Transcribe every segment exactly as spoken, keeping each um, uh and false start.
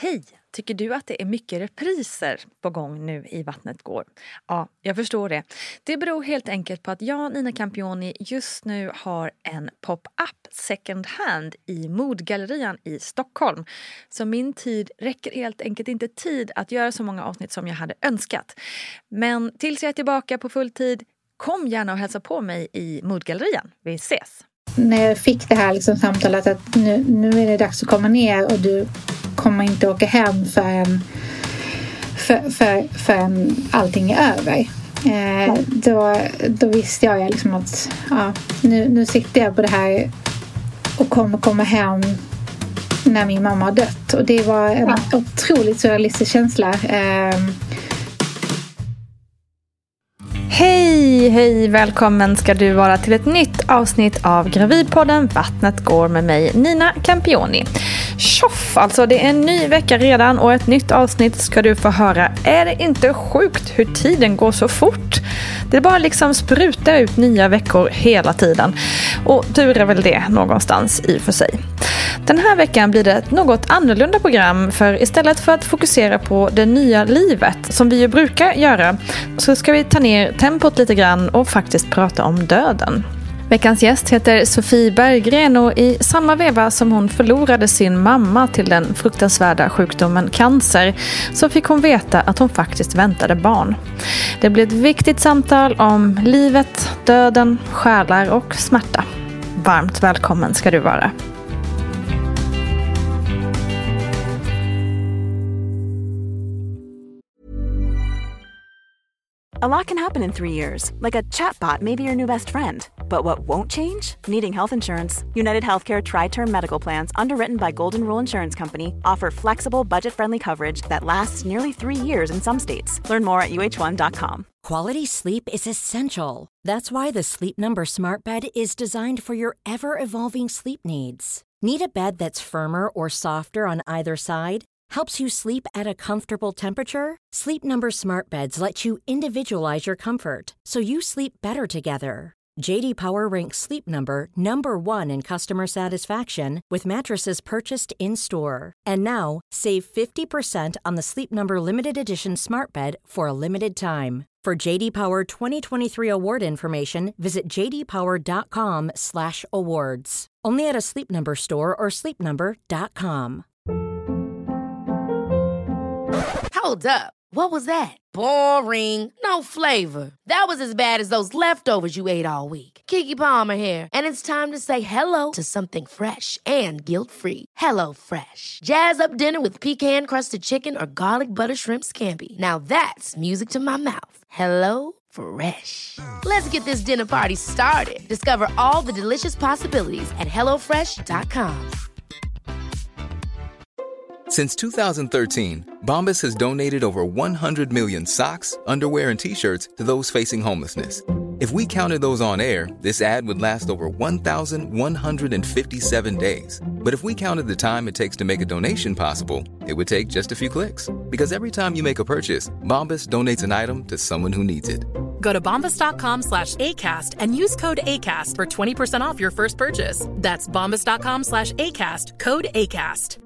Hej! Tycker du att det är mycket repriser på gång nu i Vattnet går? Ja, jag förstår det. Det beror helt enkelt på att jag, Nina Campioni, just nu har en pop-up second hand i Modgallerian i Stockholm. Så min tid räcker helt enkelt inte tid att göra så många avsnitt som jag hade önskat. Men tills jag är tillbaka på full tid, kom gärna och hälsa på mig i Modgallerian. Vi ses! När jag fick det här liksom samtalet att nu, nu är det dags att komma ner och du kommer inte åka hem förrän, för, för, förrän allting är över. Eh, då, då visste jag liksom att ja, nu, nu sitter jag på det här och kommer komma hem när min mamma har dött. Och det var en ja. otroligt surrealistisk känsla. Eh, Hej, hej, välkommen ska du vara till ett nytt avsnitt av Gravidpodden Vattnet går med mig, Nina Campioni. Tjoff, alltså det är en ny vecka redan och ett nytt avsnitt ska du få höra. Är det inte sjukt hur tiden går så fort? Det är bara liksom spruta ut nya veckor hela tiden. Och tur är väl det någonstans i och för sig. Den här veckan blir det ett något annorlunda program, för istället för att fokusera på det nya livet som vi ju brukar göra, så ska vi ta ner tempot lite grann och faktiskt prata om döden. Veckans gäst heter Sofie Berggren och i samma veva som hon förlorade sin mamma till den fruktansvärda sjukdomen cancer så fick hon veta att hon faktiskt väntade barn. Det blir ett viktigt samtal om livet, döden, själar och smärta. Varmt välkommen ska du vara. A lot can happen in three years, like a chatbot may be your new best friend. But what won't change? Needing health insurance. United Healthcare Tri-Term Medical Plans, underwritten by Golden Rule Insurance Company, offer flexible, budget-friendly coverage that lasts nearly three years in some states. Learn more at U H one dot com. Quality sleep is essential. That's why the Sleep Number Smart Bed is designed for your ever-evolving sleep needs. Need a bed that's firmer or softer on either side? Helps you sleep at a comfortable temperature? Sleep Number Smart Beds let you individualize your comfort, so you sleep better together. J D Power ranks Sleep Number number one in customer satisfaction with mattresses purchased in-store. And now, save fifty percent on the Sleep Number Limited Edition Smart Bed for a limited time. For J D Power twenty twenty-three award information, visit j d power dot com slash awards. Only at a Sleep Number store or sleep number dot com. Hold up. What was that? Boring. No flavor. That was as bad as those leftovers you ate all week. Keke Palmer here, and it's time to say hello to something fresh and guilt-free. Hello Fresh. Jazz up dinner with pecan-crusted chicken or garlic butter shrimp scampi. Now that's music to my mouth. Hello Fresh. Let's get this dinner party started. Discover all the delicious possibilities at hello fresh dot com. Since two thousand thirteen, Bombas has donated over one hundred million socks, underwear, and T-shirts to those facing homelessness. If we counted those on air, this ad would last over one thousand one hundred fifty-seven days. But if we counted the time it takes to make a donation possible, it would take just a few clicks. Because every time you make a purchase, Bombas donates an item to someone who needs it. Go to bombas dot com slash ACAST and use code ACAST for twenty percent off your first purchase. That's bombas dot com slash ACAST, code ACAST.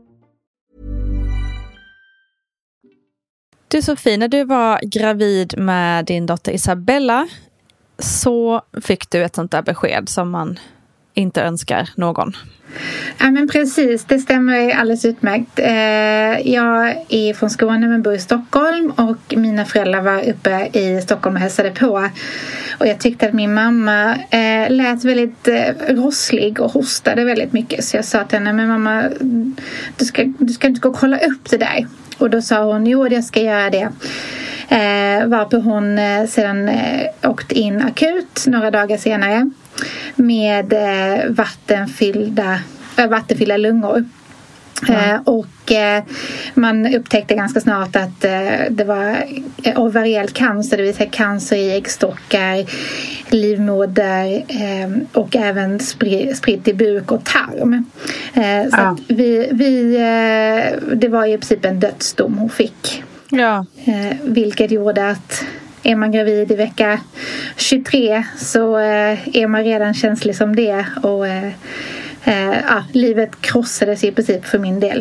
Du Sofie, när du var gravid med din dotter Isabella så fick du ett sånt där besked som man inte önskar någon. Ja men precis, det stämmer alldeles utmärkt. Jag är från Skåne men bor i Stockholm och mina föräldrar var uppe i Stockholm och hälsade på. Och jag tyckte att min mamma lät väldigt rosslig och hostade väldigt mycket. Så jag sa till henne, men mamma, du ska, du ska inte gå och kolla upp det där. Och då sa hon, jo jag ska göra det. Eh, varpå hon eh, sedan eh, åkte in akut några dagar senare med eh, vattenfyllda, äh, vattenfyllda lungor. Mm. Eh, och eh, man upptäckte ganska snart att eh, det var eh, ovariell cancer, det vill säga cancer i äggstockar, livmoder eh, och även spri- spritt i buk och tarm. Eh, så ja. att vi, vi, eh, det var i princip en dödsdom hon fick. Ja. Eh, vilket gjorde att är man gravid i vecka tjugotre så eh, är man redan känslig som det och eh, eh, ja, livet krossades i princip för min del.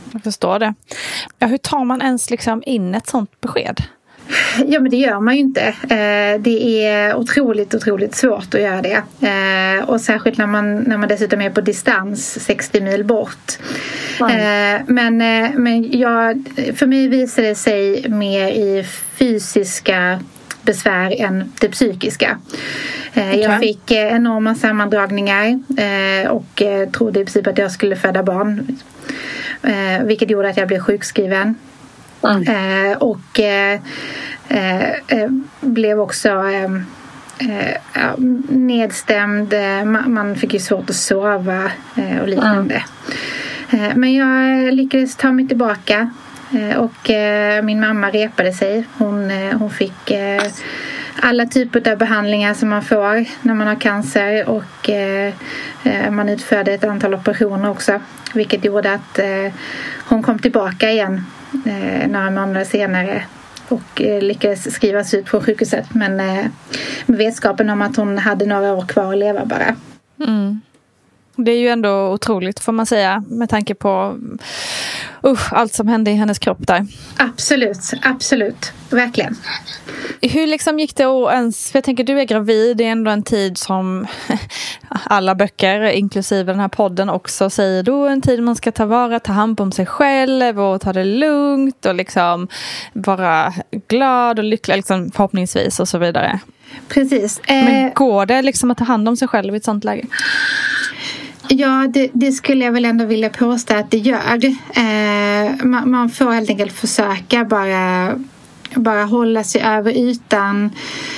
Jag förstår det. Ja, hur tar man ens liksom in ett sånt besked? Ja, men det gör man ju inte. Det är otroligt, otroligt svårt att göra det. Och särskilt när man, när man dessutom är på distans sextio mil bort. Mm. Men, men jag, för mig visar det sig mer i fysiska besvär än det psykiska. Okay. Jag fick enorma sammandragningar och trodde i princip att jag skulle föda barn. Vilket gjorde att jag blev sjukskriven. Mm. Eh, och eh, eh, blev också eh, eh, nedstämd. Man, man fick ju svårt att sova eh, och liknande. Mm. Eh, men jag lyckades ta mig tillbaka eh, och eh, min mamma repade sig. Hon, eh, hon fick eh, alla typer av behandlingar som man får när man har cancer, och eh, man utförde ett antal operationer också, vilket gjorde att eh, hon kom tillbaka igen eh, några månader senare och eh, lyckades skrivas ut från sjukhuset, men eh, med vetskapen om att hon hade några år kvar att leva bara. Mm. Det är ju ändå otroligt, får man säga, med tanke på uh, allt som hände i hennes kropp där. Absolut, absolut, verkligen. Hur liksom gick det att ens, för jag tänker du är gravid, det är ändå en tid som alla böcker, inklusive den här podden också, säger då en tid man ska ta vara, ta hand om sig själv och ta det lugnt och liksom vara glad och lycklig liksom, förhoppningsvis och så vidare. Precis. Men går det liksom att ta hand om sig själv i ett sånt läge? Ja, det, det skulle jag väl ändå vilja påstå att det gör. Eh, man, man får helt enkelt försöka bara, bara hålla sig över ytan.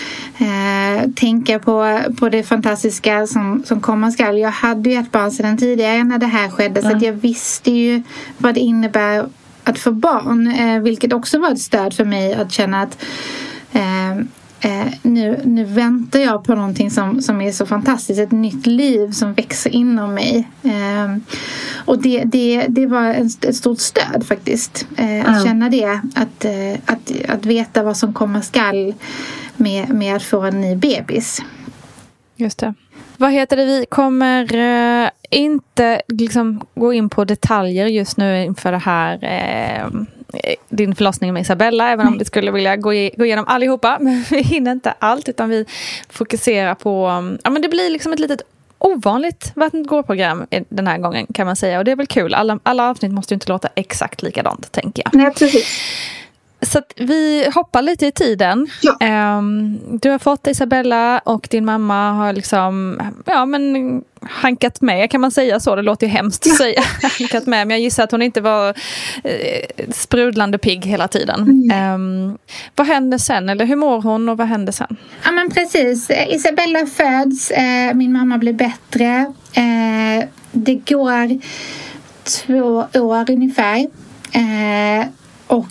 Eh, tänka på, på det fantastiska som, som komma skall. Jag hade ju ett barn sedan tidigare när det här skedde. Mm. Så att jag visste ju vad det innebär att få barn. Eh, vilket också var ett stöd för mig att känna att eh, Eh, nu, nu väntar jag på någonting som, som är så fantastiskt. Ett nytt liv som växer inom mig. Eh, och det, det, det var en, ett stort stöd faktiskt. Eh, att mm. känna det. Att, eh, att, att veta vad som komma skall med, med att få en ny bebis. Just det. Vad heter det? Vi kommer eh, inte liksom gå in på detaljer just nu inför det här eh, din förlossning med Isabella, även om vi skulle vilja gå, i, gå igenom allihopa, men vi hinner inte allt, utan vi fokuserar på, ja men det blir liksom ett litet ovanligt Vattnet går-program den här gången, kan man säga, och det är väl kul. Alla, alla avsnitt måste ju inte låta exakt likadant, tänker jag. Nej, precis. Så att vi hoppar lite i tiden. Ja. Um, du har fått Isabella och din mamma har liksom, ja men hankat med, kan man säga så? Det låter ju hemskt att säga hankat med, men jag gissar att hon inte var eh, sprudlande pigg hela tiden. Mm. Um, vad händer sen? Eller hur mår hon och vad händer sen? Ja men precis, Isabella föds, eh, min mamma blir bättre. Eh, det går två år ungefär. Eh, och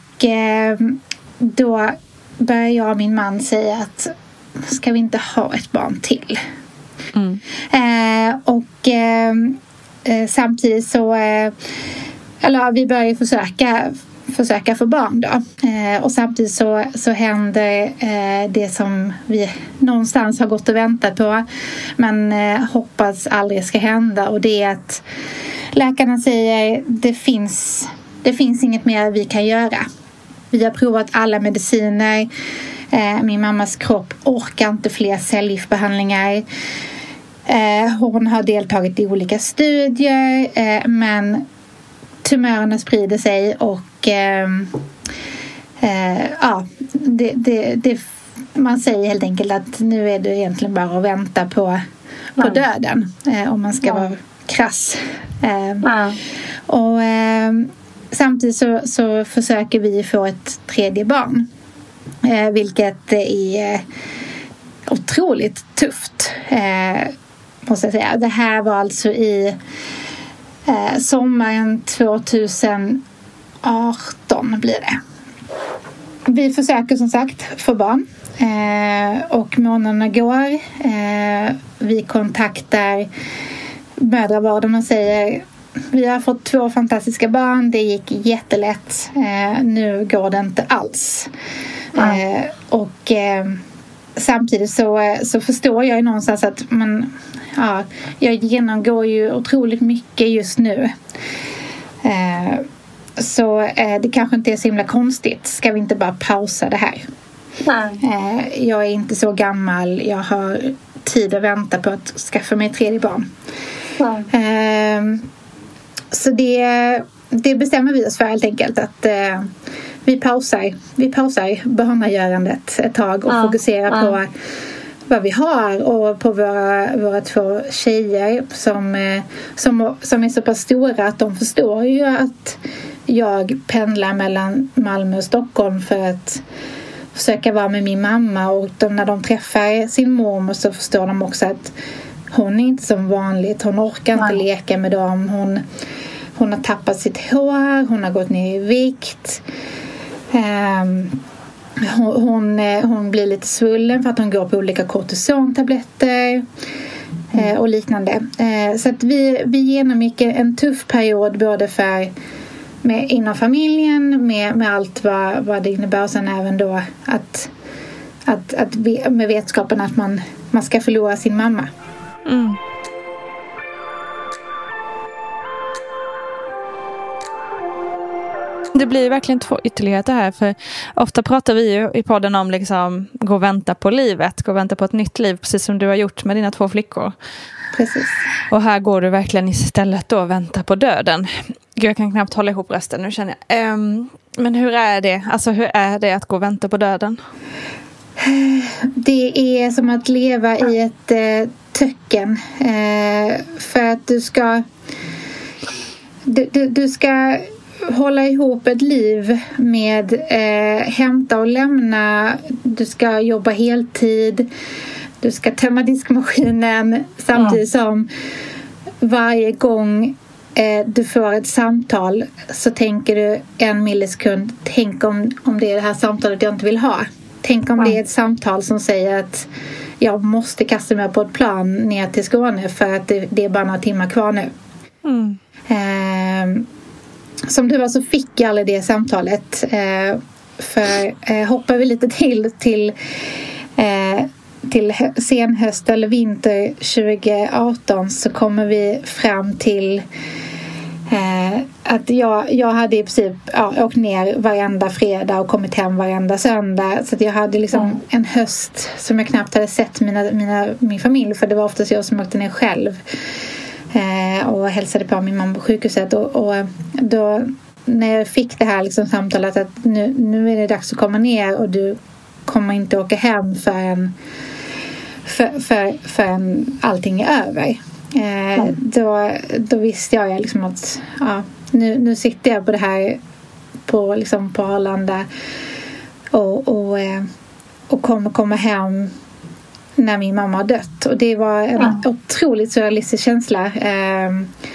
då börjar jag och min man säga att ska vi inte ha ett barn till? Mm. Eh, och eh, samtidigt så eh, eller vi börjar försöka försöka få barn då. Eh, och samtidigt så, så händer eh, det som vi någonstans har gått och väntat på, men eh, hoppas aldrig ska hända, och det är att läkarna säger det finns, det finns inget mer vi kan göra. Vi har provat alla mediciner. Eh, min mammas kropp orkar inte fler cellgiftsbehandlingar. Eh, hon har deltagit i olika studier. Eh, men tumörerna sprider sig. Och eh, eh, ja, det, det, det, man säger helt enkelt att nu är det egentligen bara att vänta på, på mm. döden. Eh, om man ska mm. vara krass. Eh, mm. Och... Eh, Samtidigt så, så försöker vi få ett tredje barn. Eh, vilket är otroligt tufft. Eh, måste jag säga. Det här var alltså i eh, sommaren tjugoarton blir det. Vi försöker som sagt få barn. Eh, och månaderna går. Eh, vi kontaktar mödravården och säger... Vi har fått två fantastiska barn. Det gick jättelätt. Eh, nu går det inte alls. Mm. Eh, och eh, samtidigt så, så förstår jag ju någonstans att man, ja, jag genomgår ju otroligt mycket just nu. Eh, så eh, det kanske inte är så himla konstigt. Ska vi inte bara pausa det här? Eh, jag är inte så gammal. Jag har tid att vänta på att skaffa mig ett tredje barn. Eh, så det, det bestämmer vi oss för helt enkelt. Att eh, vi pausar. Vi pausar barnagörandet ett tag och ja, fokuserar ja. på vad vi har och på våra, våra två tjejer som, som, som är så pass stora att de förstår ju att jag pendlar mellan Malmö och Stockholm för att försöka vara med min mamma, och de, när de träffar sin mormor så förstår de också att hon är inte som vanligt, hon orkar inte Nej. leka med dem, hon, hon har tappat sitt hår, hon har gått ner i vikt. Um, Hon, hon, hon blir lite svullen för att hon går på olika kortisontabletter eh, och liknande. Eh, så att vi, vi genomgick en tuff period både för med, inom familjen med, med allt vad, vad det innebär, och sen även då att, att, att vi, med vetskapen att man, man ska förlora sin mamma. Mm. Det blir verkligen två ytterligheter här, för ofta pratar vi ju i podden om liksom gå och vänta på livet, gå och vänta på ett nytt liv, precis som du har gjort med dina två flickor. Precis. Och här går du verkligen istället då vänta på döden. Gud, jag kan knappt hålla ihop rösten nu, känner jag. Um, men hur är det? Alltså hur är det att gå och vänta på döden? Det är som att leva i ett eh, töcken. Eh, för att du ska du, du, du ska hålla ihop ett liv med eh, hämta och lämna. Du ska jobba heltid. Du ska tömma diskmaskinen samtidigt ja. som varje gång eh, du får ett samtal så tänker du en millisekund, tänk om, om det är det här samtalet jag inte vill ha. Tänk om ja. det är ett samtal som säger att jag måste kasta mig på ett plan ner till Skåne för att det, det är bara några timmar kvar nu. Mm. Eh, Som du var så fick jag aldrig det samtalet. Eh, för eh, hoppar vi lite till till, eh, till senhöst eller vinter tjugo arton så kommer vi fram till eh, att jag, jag hade i princip ja, åkt ner varenda fredag och kommit hem varenda söndag. Så att jag hade liksom mm. en höst som jag knappt hade sett mina, mina, min familj, för det var oftast jag som åkte ner själv. Eh, och hälsade på min mamma på sjukhuset, och, och då när jag fick det här liksom samtalet att nu, nu är det dags att komma ner och du kommer inte åka hem förrän, för, för, förrän allting är över. Eh, mm. då, då visste jag liksom att ja, nu, nu sitter jag på det här på, liksom på Arlanda och, och, och kommer komma hem när min mamma har dött. Och det var en ja. otroligt surrealistisk känsla eh,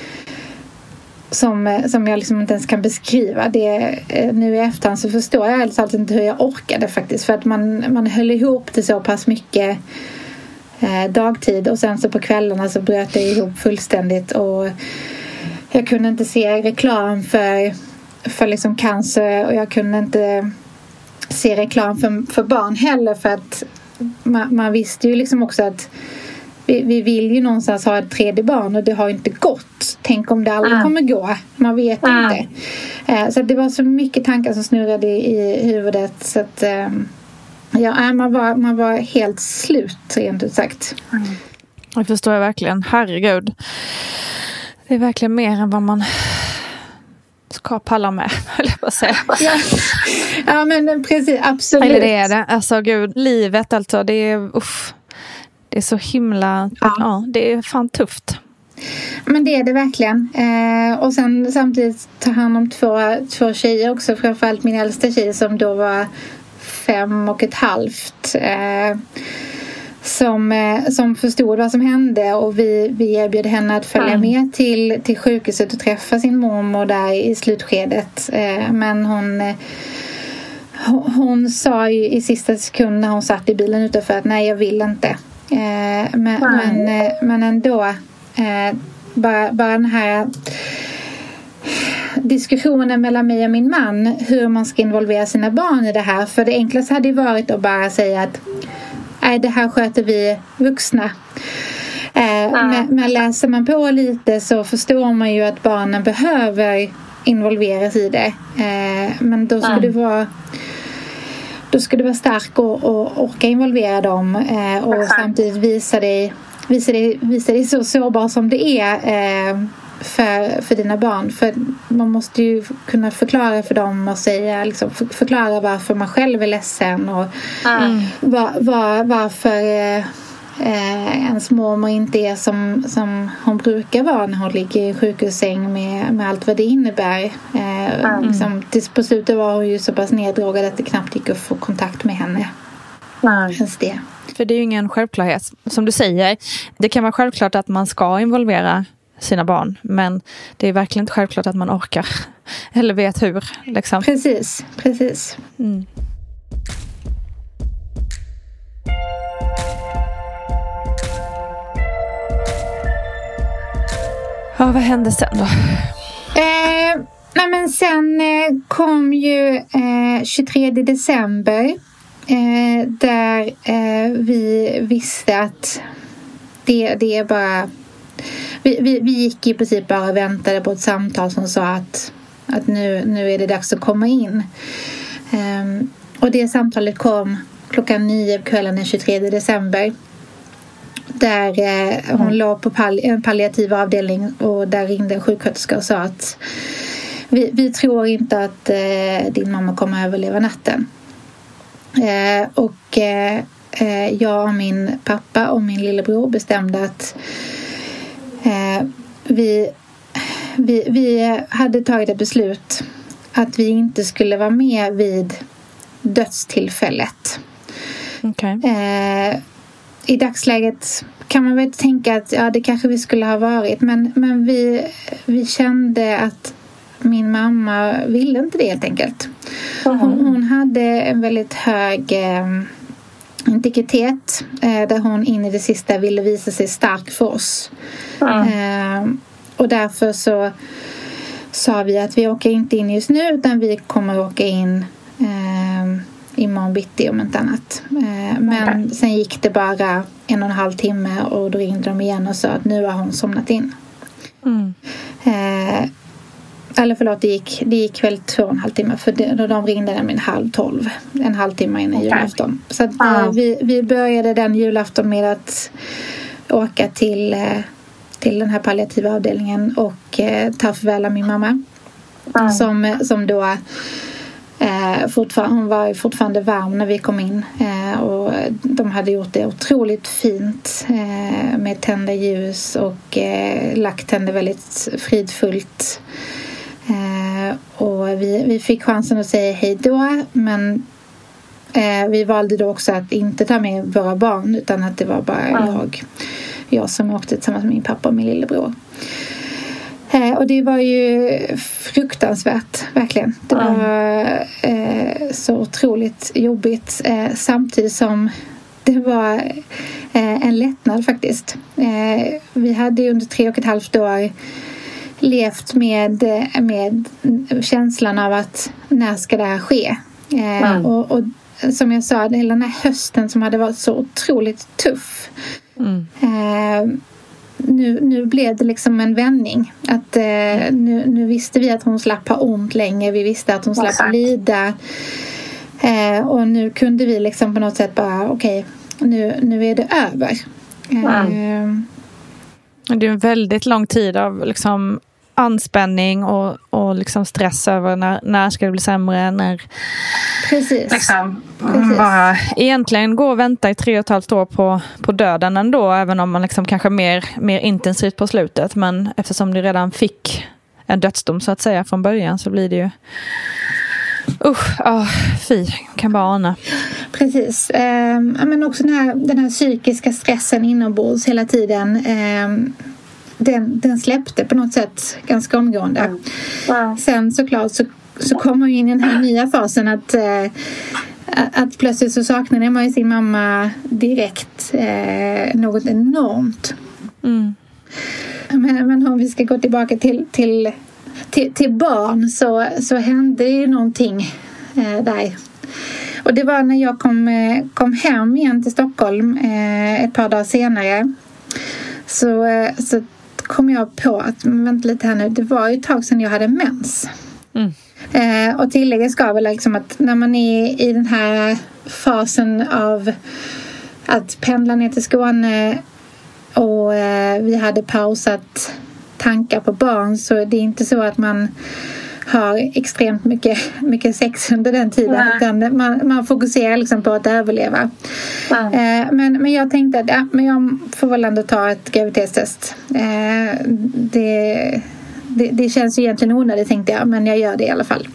som, som jag liksom inte ens kan beskriva. Det, eh, nu i efterhand så förstår jag alltså inte hur jag orkade faktiskt. För att man, man höll ihop det så pass mycket eh, dagtid, och sen så på kvällarna så bröt det ihop fullständigt, och jag kunde inte se reklam för, för liksom cancer, och jag kunde inte se reklam för, för barn heller, för att Man, man visste ju liksom också att vi, vi vill ju någonstans ha ett tredje barn, och det har inte gått. Tänk om det aldrig ah. kommer gå. Man vet ah. inte. Eh, så det var så mycket tankar som snurrade i huvudet, så att eh, ja, man, var, man var helt slut, rent ut sagt. Mm. Jag förstår jag verkligen. Herregud. Det är verkligen mer än vad man ska palla med, höll jag på att säga. Ja. Ja, men precis, absolut. Eller det är det. Alltså gud, livet alltså, det är uff, det är så himla ja. ja, det är fan tufft. Men det är det verkligen. Eh, och sen samtidigt ta hand om två, två tjejer också, framförallt min äldsta tjej som då var fem och ett halvt. Eh, som, eh, som förstod vad som hände, och vi, vi erbjöd henne att följa mm. med till, till sjukhuset och träffa sin mormor där i slutskedet. Eh, men hon... Eh, Hon sa ju i sista sekund när hon satt i bilen utanför att nej, jag vill inte. Eh, men, men, eh, men ändå eh, bara, bara den här diskussionen mellan mig och min man, hur man ska involvera sina barn i det här. För det enklaste hade ju varit att bara säga att nej, det här sköter vi vuxna. Eh, ja. men, men läser man på lite så förstår man ju att barnen behöver involveras i det. Eh, men då ska mm. du vara då ska du vara stark och, och orka involvera dem eh, och Exakt. samtidigt visa dig, visa dig visa dig så sårbar som det är eh, för, för dina barn. För man måste ju kunna förklara för dem och säga, liksom, för, förklara varför man själv är ledsen och mm. var, var, varför eh, Eh, ens mormor inte är som, som hon brukar vara när hon ligger i sjukhussäng med, med allt vad det innebär. Eh, mm. liksom, tills på slutet var hon ju så pass neddrogad att det knappt gick att få kontakt med henne. Mm. Det. För det är ju ingen självklarhet. Som du säger, det kan vara självklart att man ska involvera sina barn, men det är verkligen inte självklart att man orkar eller vet hur. Liksom. Precis, precis. Mm. Ja, vad hände sen då? Eh, nej men sen eh, kom ju eh, tjugotredje december eh, där eh, vi visste att det, det är bara... Vi, vi, vi gick i princip bara och väntade på ett samtal som sa att, att nu, nu är det dags att komma in. Eh, och det samtalet kom klockan nio på kvällen den tjugotredje december. Där eh, hon mm. låg på pall- en palliativ avdelning och där ringde en sjuksköterska och sa att vi, vi tror inte att eh, din mamma kommer överleva natten. Eh, och eh, jag och min pappa och min lillebror bestämde att eh, vi, vi, vi hade tagit ett beslut att vi inte skulle vara med vid dödstillfället. Okej. Okay. Eh, I dagsläget kan man väl tänka att ja, det kanske vi skulle ha varit. Men, men vi, vi kände att min mamma ville inte det helt enkelt. Mm. Hon, hon hade en väldigt hög eh, integritet. Eh, där hon in i det sista ville visa sig stark för oss. Mm. Eh, och därför så sa vi att vi åker inte in just nu. Utan vi kommer åka in... Eh, imorgon bitti om inte annat. Eh, men okay. Sen gick det bara en och en halv timme och då ringde de igen och sa att nu har hon somnat in. Mm. Eh, eller förlåt, det gick, det gick väl två och en halv timme för det, de ringde nämligen halv tolv. En halvtimme innan okay. julafton. Så att, eh, vi, vi började den julafton med att åka till, eh, till den här palliativa avdelningen och eh, ta farväl av min mamma. Mm. Som, som då Eh, fortfarande, hon var fortfarande varm när vi kom in eh, och de hade gjort det otroligt fint eh, med tända ljus och eh, lagt henne väldigt fridfullt eh, och vi, vi fick chansen att säga hej då, men eh, vi valde då också att inte ta med våra barn utan att det var bara mm. jag, jag som åkte tillsammans med min pappa och min lillebror. Eh, och det var ju fruktansvärt, verkligen. Det var eh, så otroligt jobbigt. Eh, samtidigt som det var eh, en lättnad faktiskt. Eh, vi hade ju under tre och ett halvt år levt med, med känslan av att när ska det här ske? Eh, mm. och, och som jag sa, hela den här hösten som hade varit så otroligt tuff. Mm. Eh, Nu, nu blev det liksom en vändning. Att, eh, nu, nu visste vi att hon slapp ha ont länge. Vi visste att hon slapp Exakt. lida. Eh, och nu kunde vi liksom på något sätt bara okej, okay, nu, nu är det över. Mm. Eh, det är en väldigt lång tid av liksom anspänning och, och liksom stress över när, när ska det bli sämre. När, Precis. Liksom, Precis. Bara egentligen gå och vänta i tre och ett halvt år på, på döden ändå. Även om man liksom kanske mer, mer intensivt på slutet. Men eftersom du redan fick en dödsdom så att säga från början så blir det ju... Usch, oh, fy, kan bara ana. Precis. Eh, men också den här, den här psykiska stressen inombords hela tiden... Eh, Den, den släppte på något sätt ganska omgående. Mm. Mm. Sen såklart så, så kommer vi in i den här nya fasen att, eh, att plötsligt så saknade man ju sin mamma direkt eh, något enormt. Mm. Men, men om vi ska gå tillbaka till, till, till, till barn så, så hände ju någonting eh, där. Och det var när jag kom, kom hem igen till Stockholm eh, ett par dagar senare så, så kom jag på att, vänta lite här nu, det var ju ett tag sedan jag hade mens. Mm. Eh, och tillägga ska väl liksom att när man är i den här fasen av att pendla ner till Skåne och eh, vi hade pausat tankar på barn, så det är inte så att man har extremt mycket, mycket sex under den tiden. Nej. Utan man, man fokuserar liksom på att överleva. Eh, men, men jag tänkte att ja, men jag får väl ändå ta ett graviditetstest. Eh, det, det, det känns ju egentligen onödigt, tänkte jag, men jag gör det i alla fall.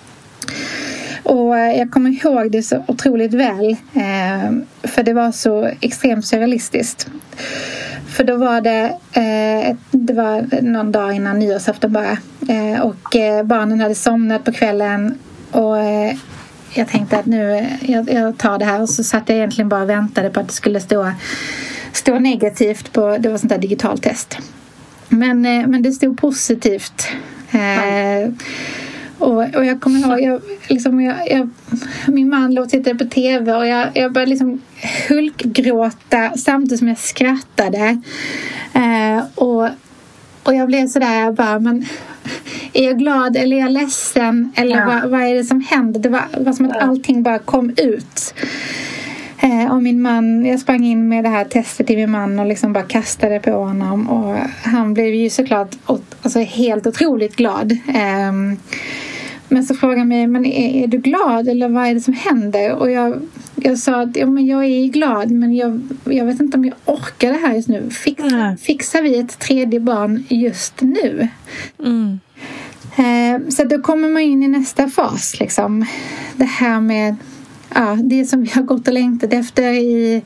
Och jag kommer ihåg det så otroligt väl, eh, för det var så extremt surrealistiskt. För då var det, eh, det var någon dag innan nyårsafton bara, eh, och eh, barnen hade somnat på kvällen och eh, jag tänkte att nu, jag, jag tar det här, och så satt jag egentligen bara och väntade på att det skulle stå, stå negativt på, det var sånt där digitalt test. Men, eh, men det stod positivt. Eh, Och, och jag kommer ihåg, jag, liksom, jag, jag, min man låg och tittade på tv och jag, jag började liksom hulkgråta samtidigt som jag skrattade. Eh, och, och jag blev sådär, jag bara, men är jag glad eller är jag ledsen? Eller ja. vad, vad är det som händer? Det var, det var som att allting bara kom ut. Eh, och min man, jag sprang in med det här testet till min man och liksom bara kastade på honom. Och han blev ju såklart alltså, helt otroligt glad. Eh, men så frågade han mig, men är, är du glad eller vad är det som händer? Och jag, jag sa att ja, men jag är glad, men jag, jag vet inte om jag orkar det här just nu. Fix, mm. Fixar vi ett tredje barn just nu? Mm. Eh, så då kommer man in i nästa fas. Liksom. Det här med ja, det som vi har gått och längtat efter i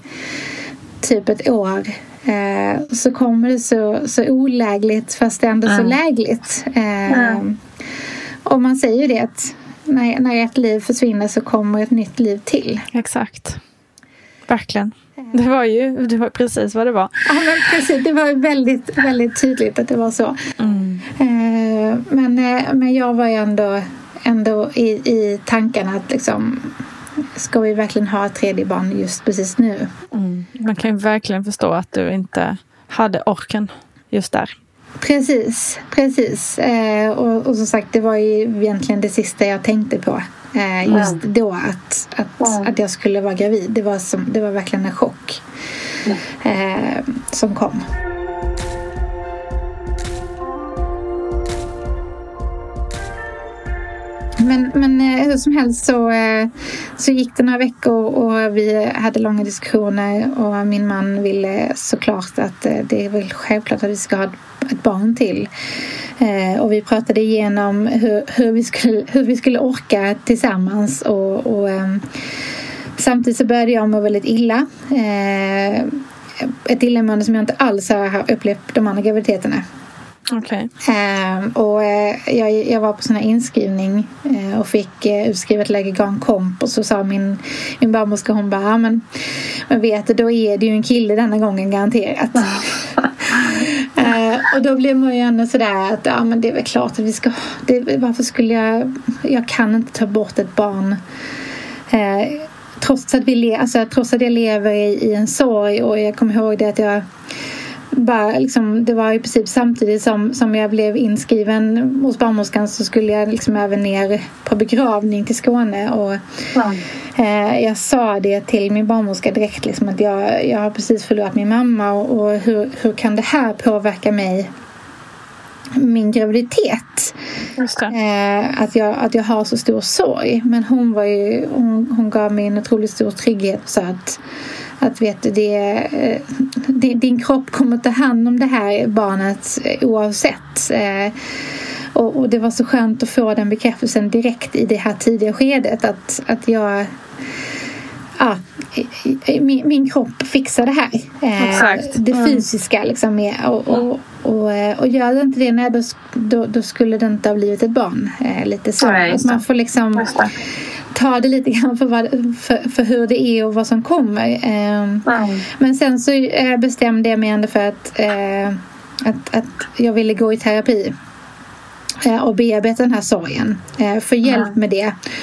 typ ett år. Eh, så kommer det så, så olägligt fast ändå mm. så lägligt. Eh, mm. Och man säger ju det att när, när ett liv försvinner så kommer ett nytt liv till. Exakt. Verkligen. Det var ju det var precis vad det var. Ja, men precis. Det var väldigt, väldigt tydligt att det var så. Mm. Eh, men, eh, men jag var ju ändå, ändå i, i tankarna att liksom, ska vi verkligen ha ett tredje barn just precis nu? Mm. Man kan ju verkligen förstå att du inte hade orken just där. Precis, precis. Eh, och, och som sagt, det var ju egentligen det sista jag tänkte på. Eh, just mm. då att, att, mm. att jag skulle vara gravid. Det var, som, det var verkligen en chock eh, som kom. Men, men hur som helst så, så gick det några veckor och vi hade långa diskussioner och min man ville såklart att det är väl självklart att vi ska ha ett barn till. Och vi pratade igenom hur, hur, vi, skulle, hur vi skulle orka tillsammans och, och samtidigt så började jag må väldigt illa. Ett illamående som jag inte alls har upplevt de andra graviditeterna. Okay. Uh, och uh, jag, jag var på sån här inskrivning uh, och fick uh, utskrivet Lägergan komp och så sa min, min barnmorska, hon bara, men, men vet du, då är det ju en kille denna gången garanterat. uh, och då blev man ju ändå sådär att ja, men det är väl klart att vi ska, det, varför skulle jag jag kan inte ta bort ett barn uh, trots att vi le, alltså, trots att jag lever i, i en sorg. Och jag kommer ihåg det att jag bara, liksom, det var i princip samtidigt som, som jag blev inskriven hos barnmorskan så skulle jag liksom även ner på begravning till Skåne och mm. eh, jag sa det till min barnmorska direkt liksom, att jag, jag har precis förlorat min mamma och, och hur, hur kan det här påverka mig, min graviditet? Just det. Eh, att, jag, att jag har så stor sorg. Men hon, var ju, hon, hon gav mig en otroligt stor trygghet så att Att vet du, det, det, din kropp kommer att ta hand om det här barnet oavsett. Eh, och, och det var så skönt att få den bekräftelsen direkt i det här tidiga skedet. Att, att jag... Ja, min, min kropp fixar det här. Eh, Exakt. Det fysiska liksom med. Och, och, och, och gör det inte det, nej, då, då, då skulle det inte ha blivit ett barn. Eh, lite så. Nej, att man får liksom... ta det lite grann för, vad, för, för hur det är och vad som kommer. Eh, mm. Men sen så eh, bestämde jag mig ändå för att, eh, att, att jag ville gå i terapi eh, och bearbeta den här sorgen. Eh, för hjälp mm. med det.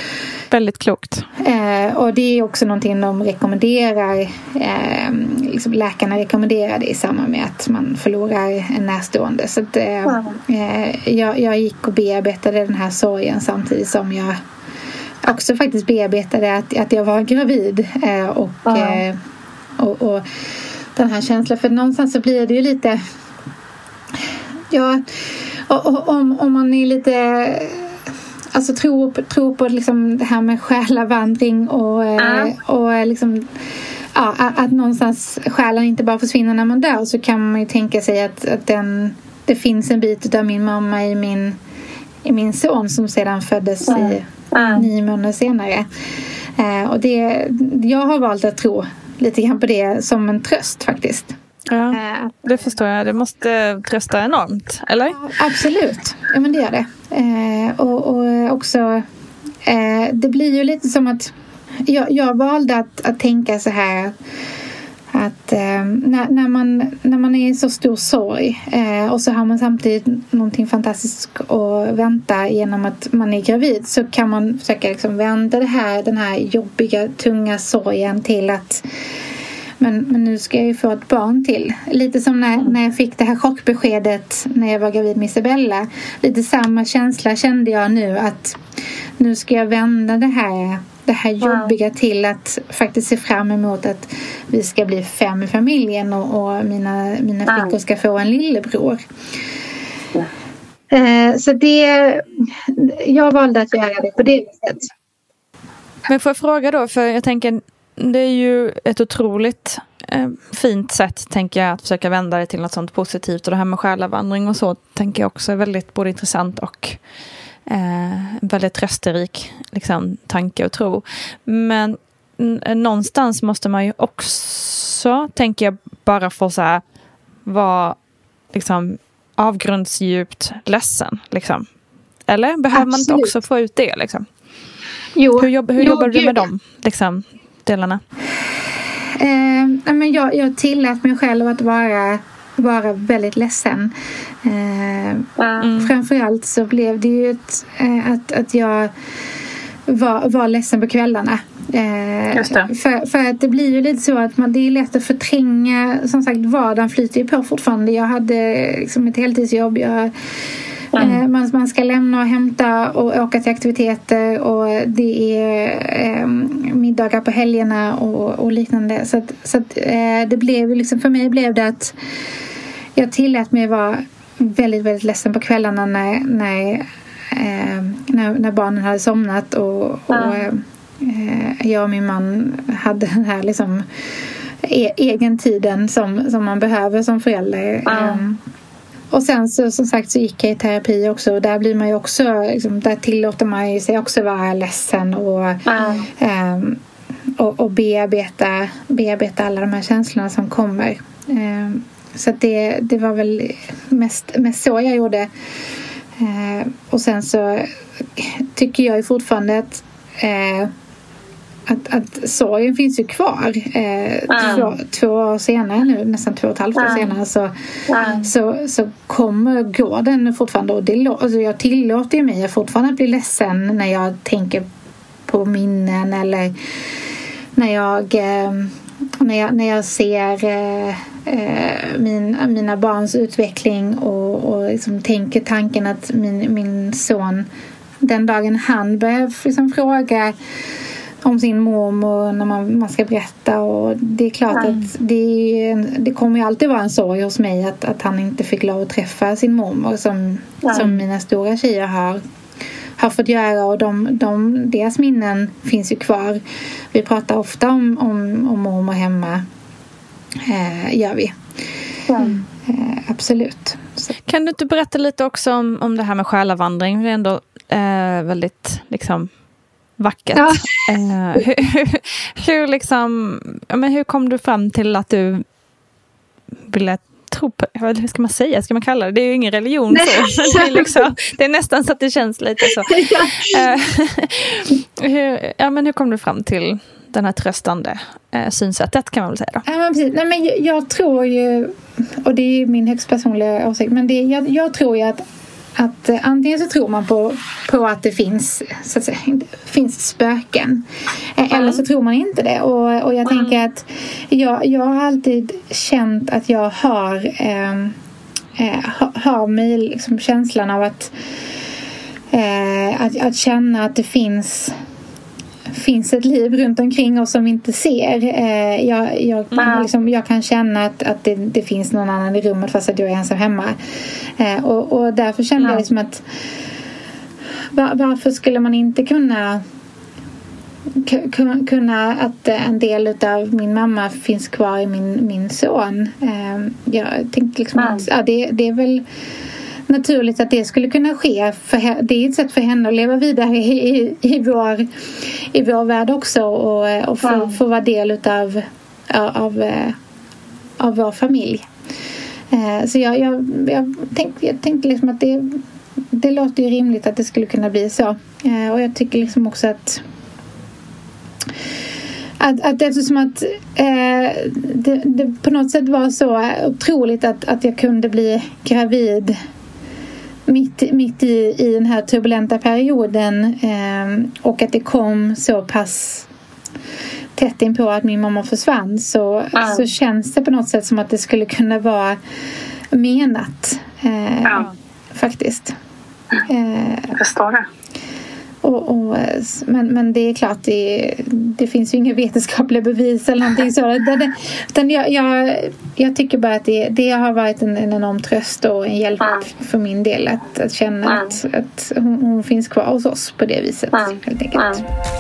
Väldigt klokt. Eh, och det är också någonting de rekommenderar, eh, liksom läkarna rekommenderar det i samband med att man förlorar en närstående. Så att, eh, eh, jag, jag gick och bearbetade den här sorgen samtidigt som jag också faktiskt bearbetade att, att jag var gravid. Eh, och, eh, och, och den här känslan, för någonstans så blir det ju lite, ja, och, och, om, om man är lite, alltså tror på, tror på liksom det här med själavandring och, mm. och liksom, ja, att, att någonstans själen inte bara försvinner när man dör, så kan man ju tänka sig att, att den, det finns en bit av min mamma i min, i min son som sedan föddes mm. i mm. nio månader senare. Eh, och det, jag har valt att tro lite grann på det som en tröst faktiskt. Ja, det förstår jag. Det måste trösta enormt, eller? Ja, absolut. Ja, men det gör det. Eh, och, och också, eh, det blir ju lite som att jag, jag valde att, att tänka så här att eh, när, när, man, när man är i så stor sorg eh, och så har man samtidigt någonting fantastiskt att vänta genom att man är gravid, så kan man försöka liksom vända det här, den här jobbiga, tunga sorgen till att Men, men nu ska jag ju få ett barn till. Lite som när, när jag fick det här chockbeskedet när jag var gravid med Isabella. Lite samma känsla kände jag nu, att nu ska jag vända det här, det här jobbiga till att faktiskt se fram emot att vi ska bli fem i familjen och, och mina, mina flickor ska få en lillebror. Eh, så det, jag valde att göra det på det viset. Men får jag fråga då, för jag tänker, det är ju ett otroligt eh, fint sätt, tänker jag, att försöka vända det till något sånt positivt. Och det här med själavandring och så tänker jag också är väldigt både intressant och eh, väldigt trösterik liksom, tanke och tro. Men n- någonstans måste man ju också, tänker jag, bara få så här vara liksom avgrundsdjupt ledsen. Liksom. Eller behöver Absolut. man inte också få ut det? Liksom? Jo, hur jobb, hur jo, jobbar du med gud. dem? Liksom? Delarna. Eh, men jag, jag tillät mig själv att vara, vara väldigt ledsen. Eh, mm. Framförallt så blev det ju ett, eh, att, att jag var, var ledsen på kvällarna. Eh, Just det. För, för att det blir ju lite så att man, det är lätt att förtränga. Som sagt, vardagen flyter ju på fortfarande. Jag hade liksom ett heltidsjobb. Jag Mm. Man, man ska lämna och hämta och åka till aktiviteter, och det är eh, middagar på helgerna och, och liknande. Så, att, så att, eh, det blev liksom, för mig blev det att jag tillät mig vara väldigt, väldigt ledsen på kvällarna när, när, eh, när, när barnen hade somnat och, och mm. eh, jag och min man hade den här liksom e- egen tiden som, som man behöver som förälder. Mm. Eh, Och sen så, som sagt, så gick jag i terapi också, och där blir man ju också liksom, där tillåter man ju sig också vara ledsen och, mm. um, och, och bearbeta, bearbeta alla de här känslorna som kommer. Um, så att det, det var väl mest, mest så jag gjorde. Uh, och sen så tycker jag ju fortfarande att uh, Att, att sorgen finns ju kvar eh, mm. två, två år senare nu, nästan två och ett halvt år mm. senare så, mm. så, så kommer gå den fortfarande, och det, alltså jag tillåter ju mig fortfarande att bli ledsen när jag tänker på minnen, eller när jag eh, när jag, när jag ser eh, eh, min, mina barns utveckling och, och liksom tänker tanken att min, min son, den dagen han börjar liksom fråga om sin mormor när man, man ska berätta, och det är klart mm. att det, det kommer ju alltid vara en sorg hos mig att, att han inte fick lov att träffa sin mormor som, mm. som mina stora tjejer har, har fått göra, och de, de, deras minnen finns ju kvar. Vi pratar ofta om, om, om mormor hemma, eh, gör vi. Mm. Eh, absolut. Så. Kan du inte berätta lite också om, om det här med själavandring? Det är ändå eh, väldigt liksom vackert. Ja. Eh, hur, hur, liksom, ja, men hur kom du fram till att du ville tro på, hur ska man säga, ska man kalla det? Det är ju ingen religion så. Det är, liksom, det är nästan så att det känns lite så. Eh, hur, ja, men hur kom du fram till den här tröstande eh, synsättet, kan man väl säga då? Ja, men precis. Nej, men jag, jag tror ju, och det är min högst personliga åsikt, men det, jag, jag tror ju att att eh, antingen så tror man på, på att det finns, så att säga, finns spöken. Eh, mm. Eller så tror man inte det. Och, och jag mm. tänker att jag, jag har alltid känt att jag har, eh, eh, har mig liksom känslan av att, eh, att, att känna att det finns... finns ett liv runt omkring oss som vi inte ser. Eh, jag, jag, mm. liksom, jag kan känna att, att det, det finns någon annan i rummet fast att jag är ensam hemma. Eh, och, och därför kände mm. jag liksom att var, varför skulle man inte kunna k- kunna att en del av min mamma finns kvar i min, min son. Eh, jag tänkte liksom mm. att ja, det, det är väl naturligt att det skulle kunna ske. För det är ett sätt för henne att leva vidare i, i, i, vår, i vår värld också. Och, och få, mm. få vara del utav, av, av vår familj. Så jag, jag, jag tänkte, jag tänkte liksom att det, det låter ju rimligt att det skulle kunna bli så. Och jag tycker liksom också att Att, att eftersom att eh, det, det på något sätt var så otroligt att, att jag kunde bli gravid mitt, mitt i, i den här turbulenta perioden eh, och att det kom så pass tätt in på att min mamma försvann så, mm. så känns det på något sätt som att det skulle kunna vara menat eh, mm. faktiskt. Eh, jag förstår det. Och, och, men, men det är klart det, det finns ju inga vetenskapliga bevis eller någonting så. Det, det, utan jag, jag, jag tycker bara att det, det har varit en, en enorm tröst och en hjälp mm. för min del att, att känna mm. att, att hon, hon finns kvar hos oss på det viset mm. helt enkelt. Mm.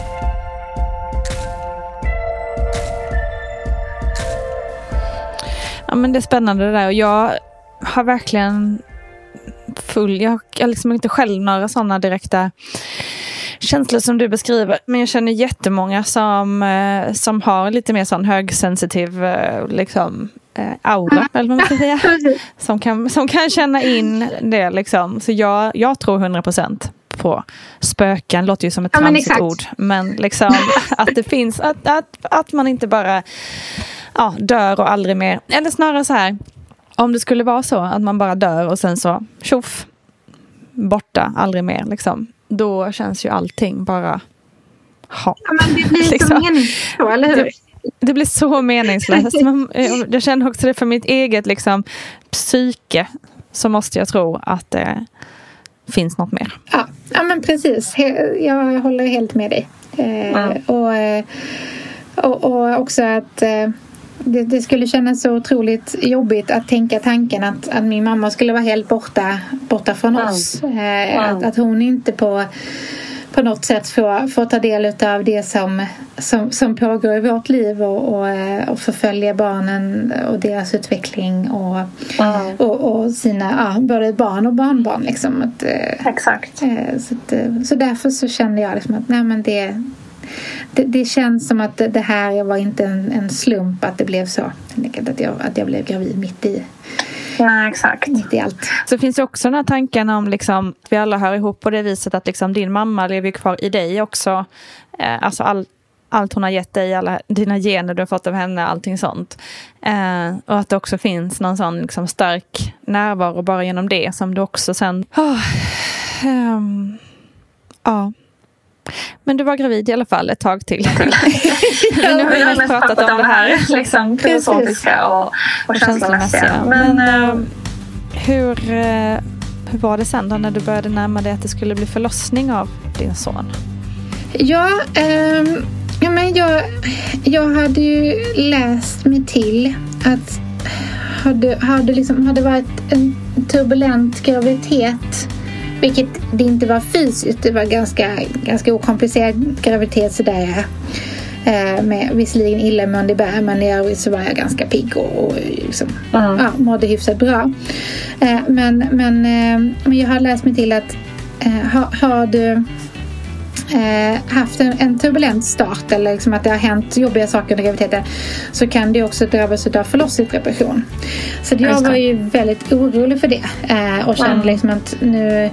Ja, men det är spännande det där och jag har verkligen full, jag har liksom inte själv några sådana direkta känslor som du beskriver, men jag känner jättemånga som, eh, som har lite mer sån högsensitiv eh, liksom, eh, aura, eller vad man ska säga, som kan, som kan känna in det liksom. Så jag, jag tror hundra procent på spöken, låter ju som ett ja, tramsigt ord, men liksom att det finns, att, att, att man inte bara ja, dör och aldrig mer, eller snarare så här, om det skulle vara så att man bara dör och sen så tjoff, borta, aldrig mer liksom. Då känns ju allting bara ha. Ja, men det blir liksom så meningslöst, eller hur? Det, det blir så meningslöst. Men jag känner också det för mitt eget liksom, psyke så måste jag tro att det finns något mer. Ja, ja men precis. Jag håller helt med dig. Mm. Och, och, och också att Det, det skulle kännas så otroligt jobbigt att tänka tanken att, att min mamma skulle vara helt borta, borta från mm. oss. Eh, mm. att, att hon inte på, på något sätt får, får ta del av det som, som, som pågår i vårt liv och, och, och förfölja barnen och deras utveckling och, mm. och, och sina ja, både barn och barnbarn. Liksom. Att, Exakt. Eh, så, att, så därför så kände jag liksom att nej, men det Det, det känns som att det här var inte en, en slump att det blev så. Att jag, att jag blev gravid mitt i, ja, exakt. mitt i allt. Så finns det också den här tanken om liksom, att vi alla hör ihop på det viset att liksom, din mamma lever kvar i dig också. Eh, alltså all, allt hon har gett dig, alla dina gener du har fått av henne, allting sånt. Eh, och att det också finns någon sån liksom, stark närvaro bara genom det som du också sen... Oh, um, ja... Men du var gravid i alla fall ett tag till. Ja, nu har vi mest pratat om det här liksom, filosofiska och, och känslomässiga. Men, Men äh, hur, hur var det sen då när du började närma dig att det skulle bli förlossning av din son? Ja, ähm, ja men jag, jag hade ju läst mig till att hade, hade, liksom, hade varit en turbulent graviditet. Vilket det inte var fysiskt. Det var ganska, ganska okomplicerad graviditet sådär. Eh, med visserligen illamående bär, men i övrigt så var jag ganska pigg och, och liksom, mm. ja, mådde hyfsat bra. Eh, men, men, eh, men jag har läst mig till att eh, har, har du eh, haft en, en turbulent start eller liksom att det har hänt jobbiga saker under graviditeten så kan det också drabbas av förlossningsdepression. Så jag var ju väldigt orolig för det eh, och kände mm. liksom att nu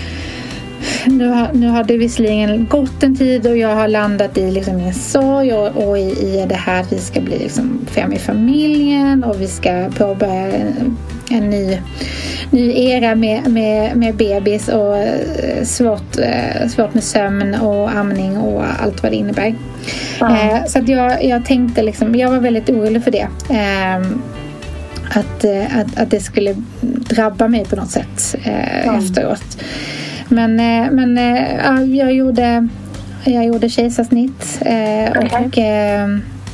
Nu har, nu har det visserligen gått en tid och jag har landat i liksom min sorg och, och i, i det här att vi ska bli liksom fem i familjen och vi ska påbörja en ny, ny era med, med, med bebis och svårt, svårt med sömn och amning och allt vad det innebär. Mm. Eh, så att jag, jag tänkte liksom, jag var väldigt orolig för det. Eh, att, att, att det skulle drabba mig på något sätt eh, mm. efteråt. Men, eh, men eh, ja, jag gjorde jag gjorde kejsarsnitt eh, okay. och eh,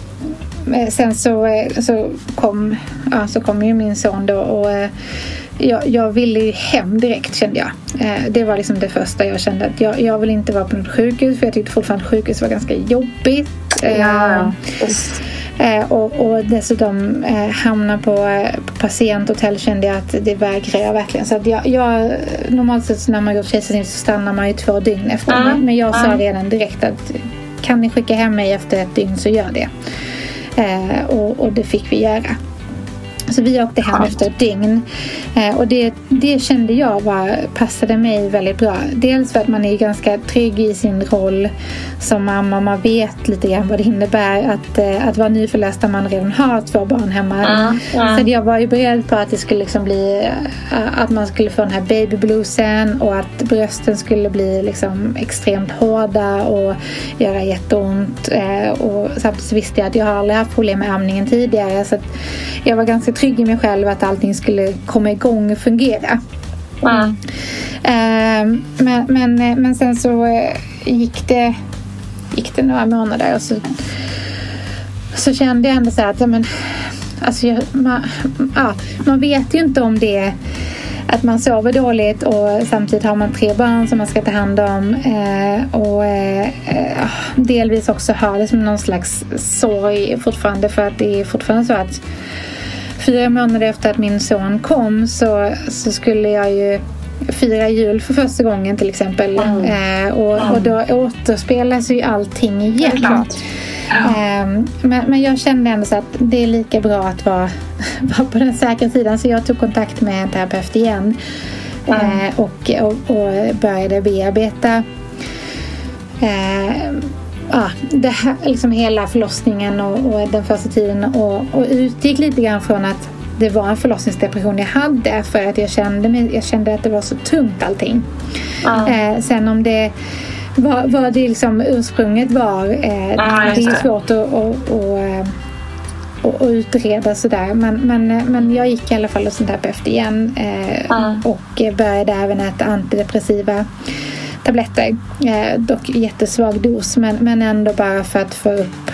sen så, så, kom, ja, så kom ju min son då och eh, jag, jag ville ju hem direkt, kände jag. Eh, det var liksom det första jag kände. Att jag, jag vill inte vara på något sjukhus, för jag tyckte fortfarande sjukhus var ganska jobbigt. Eh, ja, eh, och, och dessutom eh, hamna på, på patienthotell kände jag att det vägrar jag verkligen. Så att jag, jag, normalt sett när man går kejsarsnitt så stannar man ju två dygn efter. Mm. Men jag sa redan direkt att kan ni skicka hem mig efter ett dygn så gör det. Eh, och, och det fick vi göra. Så vi åkte hem ja. efter ett dygn. Eh, och det, det kände jag var, passade mig väldigt bra. Dels för att man är ganska trygg i sin roll som mamma. Man vet lite grann vad det innebär att, eh, att vara nyförlöst när man redan har två barn hemma. Mm, mm. Så jag var ju beredd på att det skulle liksom bli uh, att man skulle få den här babybluesen och att brösten skulle bli liksom extremt hårda och göra jätteont. Eh, och samtidigt visste jag att jag har aldrig haft problem med amningen tidigare, så att jag var ganska trygg i mig själv att allting skulle komma igång och fungera. Mm. Uh, men, men, men sen så uh, gick det gick det några månader och så, så kände jag ändå så här att men, alltså jag, man, ja, man vet ju inte om det att man sover dåligt och samtidigt har man tre barn som man ska ta hand om eh, och eh, delvis också har det som någon slags sorg fortfarande, för att det är fortfarande så att fyra månader efter att min son kom så, så skulle jag ju fira jul för första gången till exempel. Mm. Eh, och, och då återspelas ju allting igen. Ja. Eh, men, men jag kände ändå så att det är lika bra att vara, vara på den säkra sidan, så jag tog kontakt med en terapeut igen. Mm. eh, och, och, och började bearbeta eh, ja, det här, liksom hela förlossningen och, och den första tiden och, och utgick lite grann från att det var en förlossningsdepression jag hade, för att jag kände, mig, jag kände att det var så tungt allting. Mm. Eh, sen om det vad, vad det liksom ursprunget var eh, mm, det är svårt att, att, att, att, att utreda sådär, men, men, men jag gick i alla fall hos en terapeut igen eh, mm. och började även äta antidepressiva tabletter, eh, dock jättesvag dos, men, men ändå bara för att få upp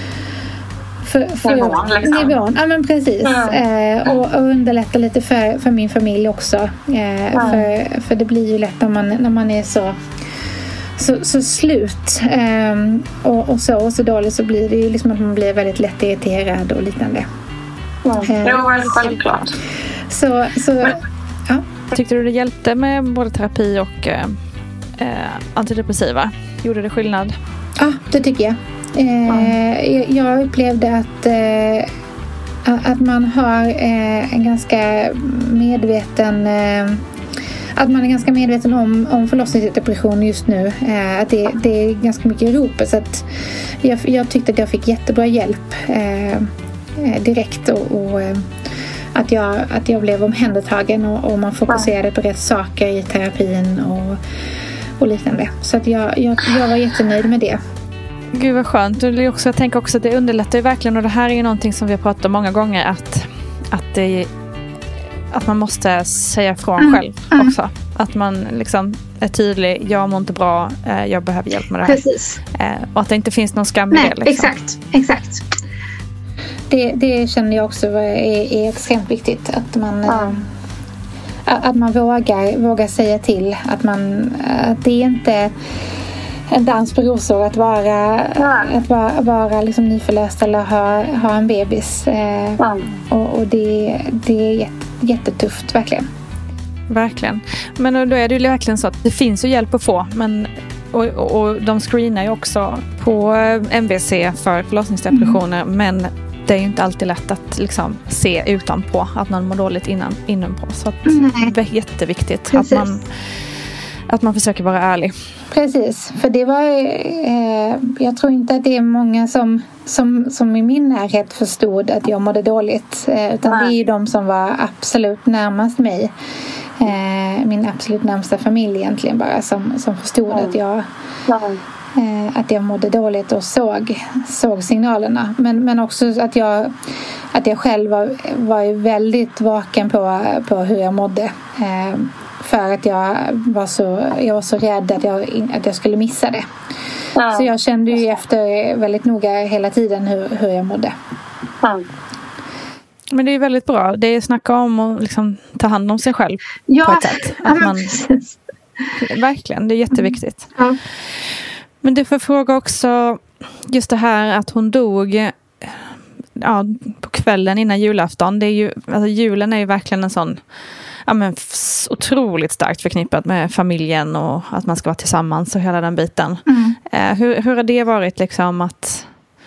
för, för nivån, liksom. nivån. Ja, men precis. Mm. Eh, och, och underlätta lite för, för min familj också. Eh, mm. för, för det blir ju lätt när man, när man är så så, så slut eh, och, och så och så dåligt, så blir det ju liksom att man blir väldigt lätt irriterad och liknande. Mm. Eh, det var självklart. Så, så men, ja. Tyckte du det hjälpte med både terapi och eh, eh, antidepressiva? Gjorde det skillnad? Ja, det tycker jag. Eh, jag upplevde att, eh, att man har eh, en ganska medveten eh, att man är ganska medveten om, om förlossningsdepression just nu. Eh, att det, det är ganska mycket i ropet, så att jag, jag tyckte att jag fick jättebra hjälp eh, direkt och, och att, jag, att jag blev omhändertagen och, och man fokuserade på rätt saker i terapin och, och liknande. Så att jag, jag, jag var jättenöjd med det. Gud vad skönt. Och jag tänker också att det underlättar ju verkligen, och det här är ju någonting som vi har pratat om många gånger, att, att, det, att man måste säga ifrån mm. själv mm. också. Att man liksom är tydlig, jag mår inte bra, jag behöver hjälp med det här. Precis. Och att det inte finns någon skam i Nej, det. Liksom. Exakt, exakt. Det, det känner jag också är, är extremt viktigt, att man... Mm. Att man vågar, vågar säga till, att, man, att det är inte en dans på rosor att vara, ja. att vara, vara liksom nyförlöst eller ha, ha en bebis. Eh, ja. och, och det, det är jätt, jättetufft, verkligen. Verkligen. Men då är det ju verkligen så att det finns ju hjälp att få. Men, och, och, och de screenar ju också på M B C för förlossningsdepressioner. Mm. Men det är ju inte alltid lätt att liksom se utanpå att någon mår dåligt innan, innanpå. Så att det är jätteviktigt. Precis. Att man, att man försöker vara ärlig. Precis, för det var eh, jag tror inte att det är många som, som, som i min närhet förstod att jag mådde dåligt, eh, utan det är ju de som var absolut närmast mig, eh, min absolut närmsta familj egentligen bara, som, som förstod mm. att jag eh, att jag mådde dåligt och såg, såg signalerna, men, men också att jag att jag själv var, var väldigt vaken på, på hur jag mådde, eh, för att jag var så, jag var så rädd att jag, att jag skulle missa det. Mm. Så jag kände ju efter väldigt noga hela tiden hur, hur jag mådde. Mm. Men det är väldigt bra. Det är snacka om att liksom ta hand om sig själv ja. på ett sätt. Att man, verkligen, det är jätteviktigt. Mm. Men du får fråga också just det här att hon dog ja, på kvällen innan julafton. Det är ju, alltså julen är ju verkligen en sån ja, men otroligt starkt förknippat med familjen och att man ska vara tillsammans och hela den biten. Mm. Eh, hur, hur har det varit liksom att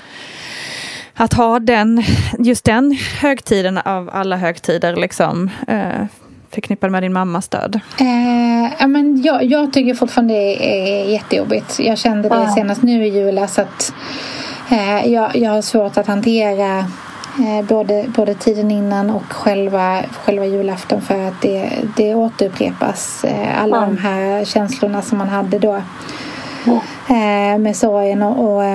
att ha den just den högtiden av alla högtider liksom eh, förknippad med din mammas död? Eh, ja, men jag, jag tycker fortfarande det är jättejobbigt. Jag kände det senast nu i julas att eh, jag, jag har svårt att hantera eh, både, både tiden innan och själva, själva julafton, för att det, det återupprepas eh, alla mm. de här känslorna som man hade då eh, med sorgen och, och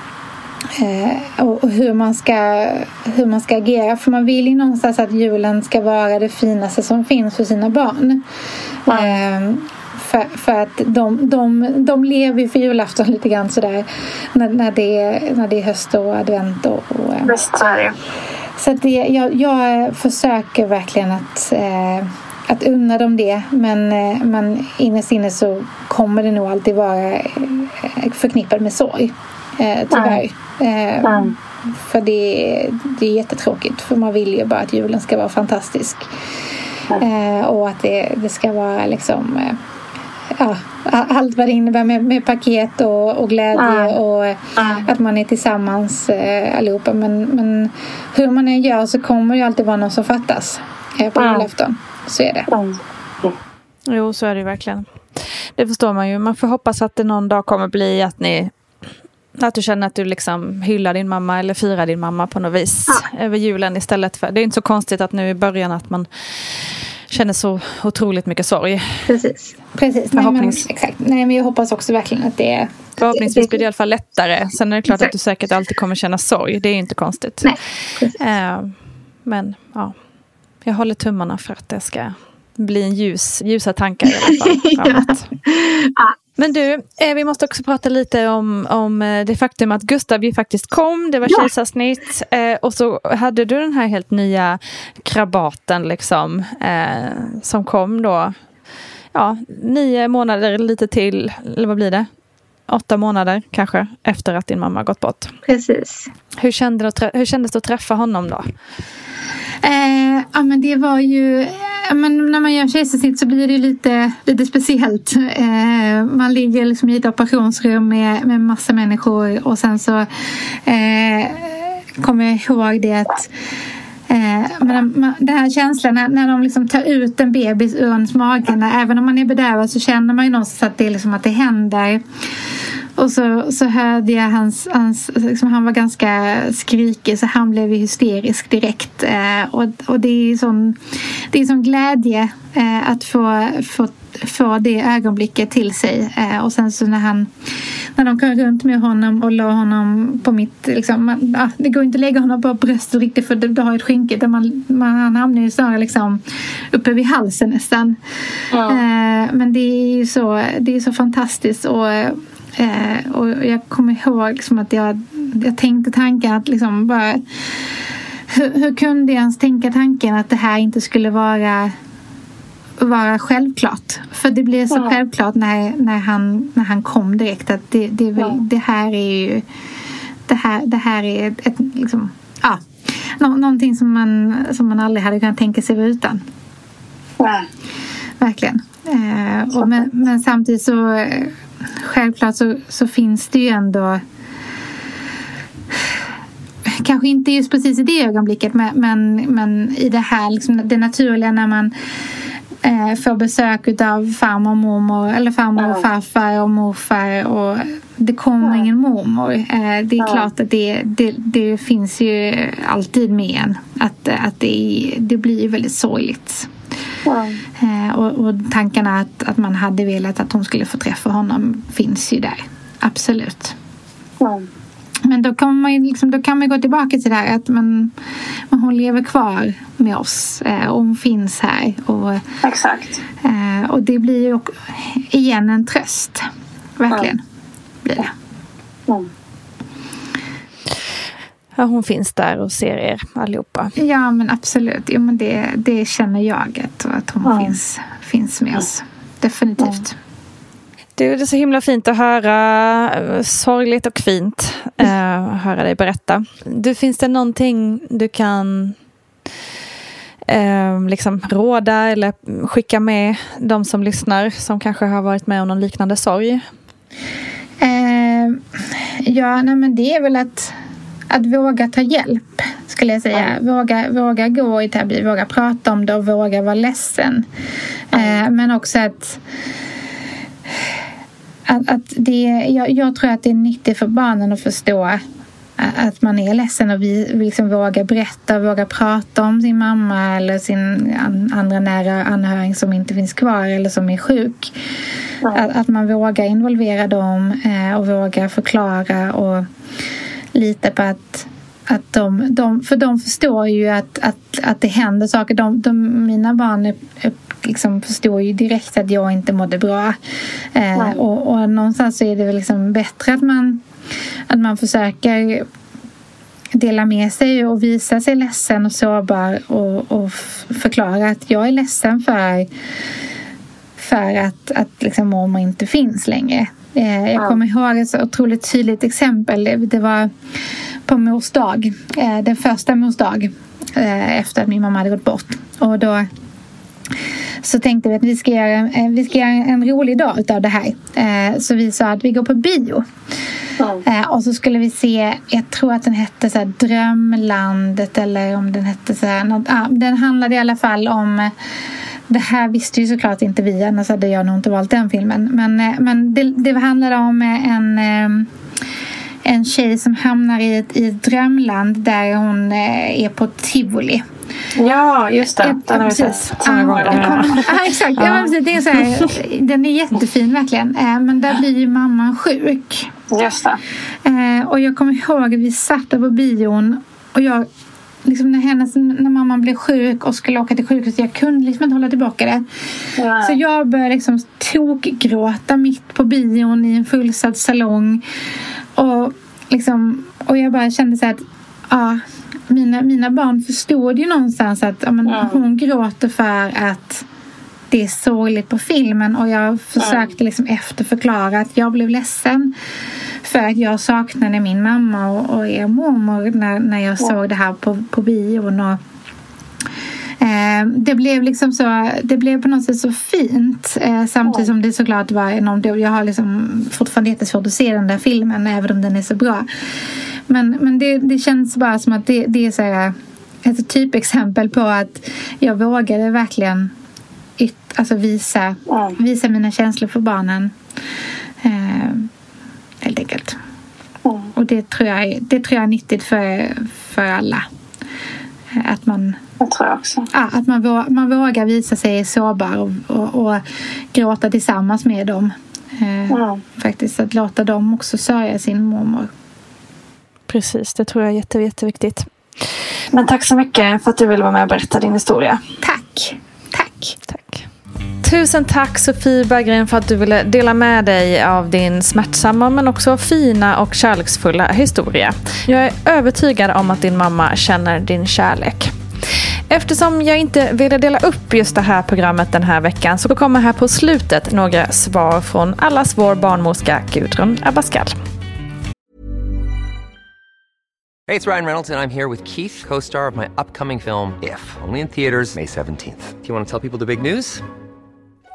Eh, och hur man ska hur man ska agera, för man vill ju någonstans att julen ska vara det finaste som finns för sina barn. Mm. Eh, för, för att de, de, de lever för julafton lite grann sådär när, när, det, är, när det är höst och advent och, och eh. Visst, så är det. Så att det, jag, jag försöker verkligen att eh, att unna dem det, men, eh, men innerst inne så kommer det nog alltid vara eh, förknippat med sorg. Eh, tyvärr. Eh, mm. För det, det är jättetråkigt, för man vill ju bara att julen ska vara fantastisk. Mm. Eh, och att det, det ska vara liksom eh, ja, allt vad det innebär med, med paket och, och glädje mm. och mm. att man är tillsammans eh, allihopa. Men, men hur man än gör så kommer det alltid vara någon som fattas eh, på mm. julafton. Så är det. Mm. Jo, så är det verkligen. Det förstår man ju. Man får hoppas att det någon dag kommer bli att ni att du känner att du liksom hyllar din mamma eller firar din mamma på något vis ja. över julen istället för. Det är inte så konstigt att nu i början att man känner så otroligt mycket sorg. Precis. Precis. Nej, men, exakt. Nej, men jag hoppas också verkligen att det är... Förhoppningsvis blir det i alla fall lättare. Sen är det klart exakt. Att du säkert alltid kommer känna sorg. Det är inte konstigt. Nej, uh, men ja, jag håller tummarna för att det ska bli en ljus, ljusa tankar i alla fall framåt. ja. Men du, eh, vi måste också prata lite om, om det faktum att Gustav ju faktiskt kom. Det var ja. kejsarsnitt. Eh, och så hade du den här helt nya krabaten liksom. Eh, som kom då. Ja, nio månader lite till. Eller vad blir det? Åtta månader kanske. Efter att din mamma gått bort. Precis. Hur, kände det, hur kändes det att träffa honom då? Eh, ja, men det var ju... Men när man gör kejsarsnitt så blir det lite, lite speciellt. Eh, man ligger liksom i ett operationsrum med, med massa människor. Och sen så eh, kommer jag ihåg det att eh, men den här känslan när, när de liksom tar ut en bebis ur ens mage. Även om man är bedövad så känner man ju någonstans att det, är liksom, att det händer. Och så, så hörde jag hans, hans liksom, han var ganska skrikig så han blev hysterisk direkt. Eh, och, och det är sån, det är sån glädje eh, att få, få, få det ögonblicket till sig. Eh, och sen så när han när de kom runt med honom och la honom på mitt liksom, man, ah, det går inte att lägga honom på bröstet riktigt för det, det har ett skynke där man, man, han hamnar ju snarare liksom uppe vid halsen nästan. Ja. Eh, men det är ju så, det är så fantastiskt och Eh, och jag kommer ihåg liksom att jag, jag tänkte tanken att liksom bara hur, hur kunde jag ens tänka tanken att det här inte skulle vara vara självklart, för det blev så ja. självklart när, när, han, när han kom direkt att det, det, är väl, ja. det här är ju det här, det här är ett, ett liksom, ja, nå, någonting som man, som man aldrig hade kunnat tänka sig utan. Ja. Verkligen. Eh, och men, men samtidigt så självklart så, så finns det ju ändå kanske inte just precis i det ögonblicket men, men, men i det här liksom, det naturliga när man eh, får besök av farmor och mormor eller farmor och farfar och morfar och det kommer ingen mormor. Eh, det är klart att det, det, det finns ju alltid med en. Att, att det, det blir väldigt sorgligt. Eh, och, och tankarna att, att man hade velat att hon skulle få träffa honom finns ju där. Absolut. Mm. Men då kan man ju liksom, då kan man gå tillbaka till det här att man, man hon lever kvar med oss eh, och hon finns här. Och, Exakt. Eh, och det blir ju igen en tröst. Verkligen. Mm. Blir det. Mm. Ja, hon finns där och ser er allihopa. Ja, men absolut. Jo, men det, det känner jag att, att hon mm. finns, finns med oss. Definitivt. Mm. Det är så himla fint att höra, sorgligt och fint eh, höra dig berätta. Du, finns det någonting du kan eh, liksom råda eller skicka med de som lyssnar som kanske har varit med om någon liknande sorg? Eh, ja, nej, men det är väl att, att våga ta hjälp, skulle jag säga. Mm. Våga, våga gå i terapi, våga prata om det och våga vara ledsen. Mm. Eh, men också att Att, att det, jag, jag tror att det är nyttigt för barnen att förstå att man är ledsen och vi liksom vågar berätta och vågar prata om sin mamma eller sin an, andra nära anhörig som inte finns kvar eller som är sjuk. Mm. Att, att man vågar involvera dem eh, och vågar förklara och lita på att, att de, de, för de förstår ju att, att, att det händer saker. De, de, mina barn är, är liksom förstår ju direkt att jag inte mådde bra. Eh, och, och någonstans så är det väl liksom bättre att man, att man försöker dela med sig och visa sig ledsen och sårbar och, och förklara att jag är ledsen för, för att, att liksom mormor inte finns längre. Eh, jag kommer ihåg ett så otroligt tydligt exempel. Det var på mors dag. Eh, den första mors dag eh, efter att min mamma hade gått bort. Och då så tänkte vi att vi ska göra, vi ska göra en rolig dag utav det här. Eh, så vi sa att vi går på bio. Mm. Eh, och så skulle vi se, jag tror att den hette så här Drömlandet eller om den hette så här, något, ah, den handlade i alla fall om, det här visste ju såklart inte vi, annars hade jag nog inte valt den filmen. Men, eh, men det, det handlade om en, eh, en tjej som hamnar i ett, i ett drömland där hon eh, är på Tivoli. Ja, just det. Den har vi sett så många gånger. Ja, exakt. Ja. Ja, men precis, det är så här, den är jättefin verkligen. Men där blir ju mamman sjuk. Just det. Och jag kommer ihåg att vi satt på bion och jag liksom när, hennes, när mamman blev sjuk och skulle åka till sjukhuset, jag kunde liksom inte hålla tillbaka det. Ja. Så jag började liksom tokgråta mitt på bion i en fullsatt salong. Och liksom, och jag bara kände så här att ja, Mina, mina barn förstod ju någonstans att ja, men, mm. hon gråter för att det är sorgligt på filmen. Och jag försökte liksom efterförklara att jag blev ledsen för att jag saknade min mamma och, och er mormor när, när jag mm. såg det här på, på bion. Och, eh, det blev liksom så, det blev på något sätt så fint. Eh, samtidigt mm. som det såklart var enormt. Jag har liksom fortfarande jättesvårt att se den där filmen även om den är så bra. Men, men det, det känns bara som att det, det är så här, ett typexempel på att jag vågade verkligen yt, alltså visa, mm. visa mina känslor för barnen. Eh, helt enkelt. Mm. Och det tror, jag, det tror jag är nyttigt för, för alla. Att man, jag tror jag också. Ja, att man, vågar, man vågar visa sig sårbar och, och, och gråta tillsammans med dem. Eh, mm. Faktiskt att låta dem också sörja sin mormor. Precis, det tror jag är jätte, jätteviktigt. Men tack så mycket för att du ville vara med och berätta din historia. Tack, tack. Tack. Tusen tack Sofie Berggren för att du ville dela med dig av din smärtsamma men också fina och kärleksfulla historia. Jag är övertygad om att din mamma känner din kärlek. Eftersom jag inte ville dela upp just det här programmet den här veckan så kommer här på slutet några svar från allas vår barnmorska Gudrun Abascal. Hey, it's Ryan Reynolds, and I'm here with Keith, co-star of my upcoming film, If, only in theaters May seventeenth. Do you want to tell people the big news?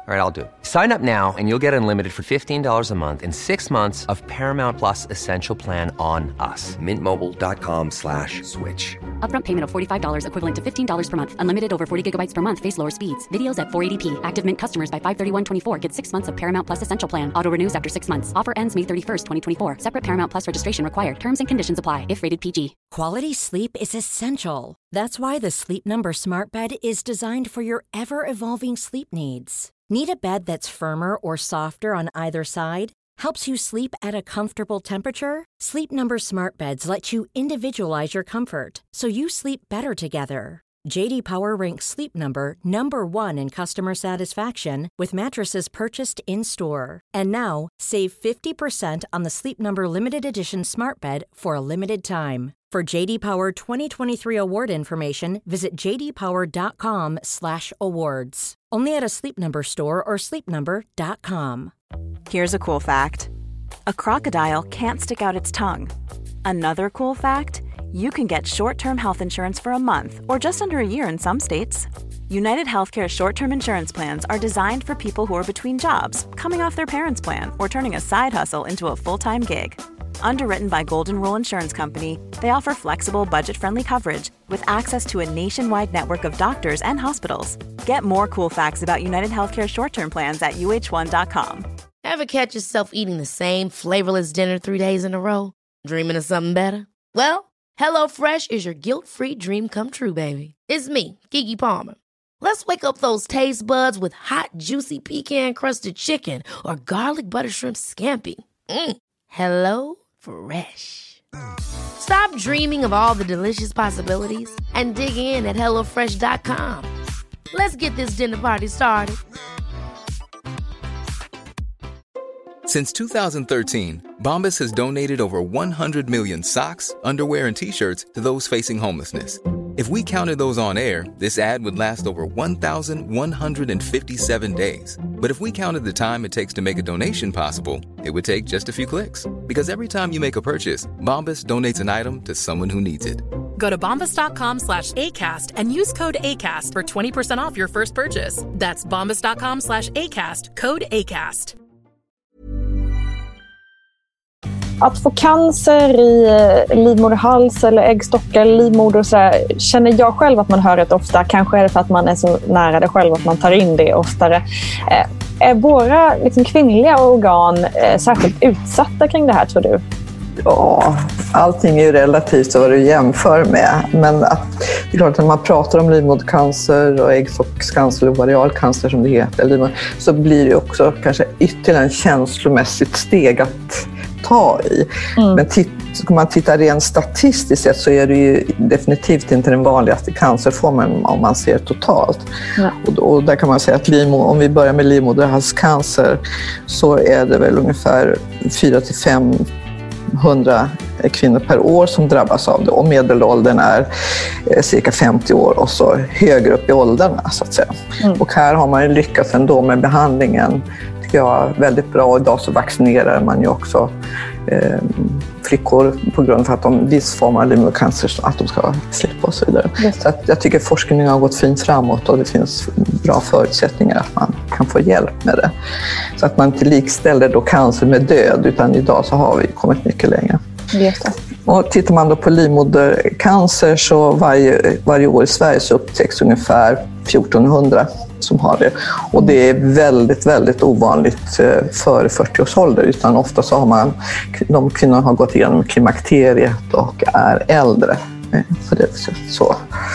All right, I'll do it. Sign up now and you'll get unlimited for fifteen dollars a month and six months of Paramount Plus Essential Plan on us. Mint Mobile dot com slash switch. Upfront payment of forty-five dollars equivalent to fifteen dollars per month. Unlimited over forty gigabytes per month. Face lower speeds. Videos at four eighty p. Active Mint customers by five thirty-one twenty-four get six months of Paramount Plus Essential Plan. Auto renews after six months. Offer ends May thirty-first, twenty twenty-four. Separate Paramount Plus registration required. Terms and conditions apply if rated P G. Quality sleep is essential. That's why the Sleep Number Smart Bed is designed for your ever-evolving sleep needs. Need a bed that's firmer or softer on either side? Helps you sleep at a comfortable temperature? Sleep Number Smart Beds let you individualize your comfort, so you sleep better together. J D Power ranks Sleep Number number one in customer satisfaction with mattresses purchased in-store. And now, save fifty percent on the Sleep Number Limited Edition Smart Bed for a limited time. For J D Power twenty twenty-three award information, visit j d power dot com slash awards. Only at a Sleep Number store or sleep number dot com. Here's a cool fact. A crocodile can't stick out its tongue. Another cool fact, you can get short-term health insurance for a month or just under a year in some states. United Healthcare short-term insurance plans are designed for people who are between jobs, coming off their parents' plan, or turning a side hustle into a full-time gig. Underwritten by Golden Rule Insurance Company, they offer flexible, budget-friendly coverage with access to a nationwide network of doctors and hospitals. Get more cool facts about United Healthcare short-term plans at u h one dot com. Ever catch yourself eating the same flavorless dinner three days in a row? Dreaming of something better? Well, HelloFresh is your guilt-free dream come true, baby. It's me, Keke Palmer. Let's wake up those taste buds with hot, juicy pecan-crusted chicken or garlic butter shrimp scampi. Mm. Hello Fresh. Stop dreaming of all the delicious possibilities and dig in at hello fresh dot com. Let's get this dinner party started. Since two thousand thirteen, Bombas has donated over one hundred million socks, underwear, and T-shirts to those facing homelessness. If we counted those on air, this ad would last over one thousand one hundred fifty-seven days. But if we counted the time it takes to make a donation possible, it would take just a few clicks. Because every time you make a purchase, Bombas donates an item to someone who needs it. Go to bombas dot com slash ACAST and use code ACAST for twenty percent off your first purchase. That's bombas dot com slash ACAST, code ACAST. Att få cancer i livmoderhals eller äggstockar eller livmoder och så där, känner jag själv att man hör rätt ofta. Kanske är det för att man är så nära det själv att man tar in det oftare. Eh, är våra liksom, kvinnliga organ eh, särskilt utsatta kring det här, tror du? Ja, allting är ju relativt vad du jämför med. Men att, det är klart att när man pratar om livmodercancer och äggstockscancer eller ovarialcancer som det heter, så blir det också kanske ytterligare en känslomässigt steg att ta i. Mm. Men titt, om man tittar rent statistiskt sett så är det ju definitivt inte den vanligaste cancerformen om man ser totalt. Ja. Och, och där kan man säga att livmo, om vi börjar med livmoderhalscancer så är det väl ungefär fyra till fem hundra kvinnor per år som drabbas av det, och medelåldern är eh, cirka femtio år och så högre upp i åldrarna så att säga. Mm. Och här har man ju lyckats ändå med behandlingen, tycker jag, väldigt bra. Idag så vaccinerar man ju också eh, flickor på grund av att de viss form av livmodercancer så att de ska slippa och så vidare. Mm. Så att jag tycker forskningen har gått fint framåt och det finns bra förutsättningar att man kan få hjälp med det. Så att man inte likställer då cancer med död, utan idag så har vi kommit mycket längre. Just det. Och tittar man då på livmodercancer så varje, varje år i Sverige så upptäcks ungefär fjortonhundra som har det. Och det är väldigt, väldigt ovanligt före fyrtio års ålder, utan ofta så har man, de kvinnorna har gått igenom klimakteriet och är äldre på det viset. Så.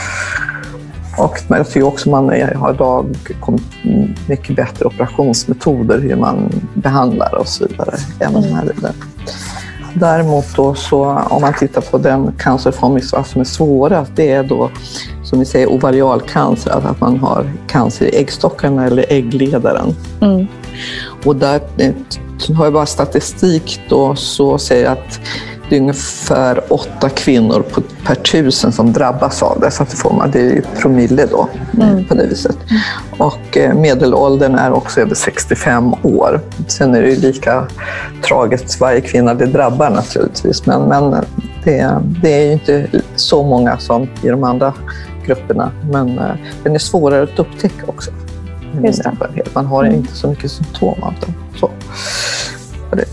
Och jag tycker också man har idag kommit mycket bättre operationsmetoder, hur man behandlar och så vidare. Även mm. här vidare. Däremot då så, om man tittar på den cancerform som är svårast, det är då som vi säger ovarialcancer, alltså att man har cancer i äggstockarna eller äggledaren. Mm. Och där har jag bara statistik då, så säger att det är ungefär åtta kvinnor per tusen som drabbas av det, så att det, får man, det är ju promille då mm. på det viset. Och medelåldern är också över sextiofem år. Sen är det ju lika tragiskt varje kvinna det drabbar naturligtvis, men, men det, det är ju inte så många som i de andra grupperna, men den är svårare att upptäcka också. min erfarenhet. Man har mm. inte så mycket symptom av det. Så. Det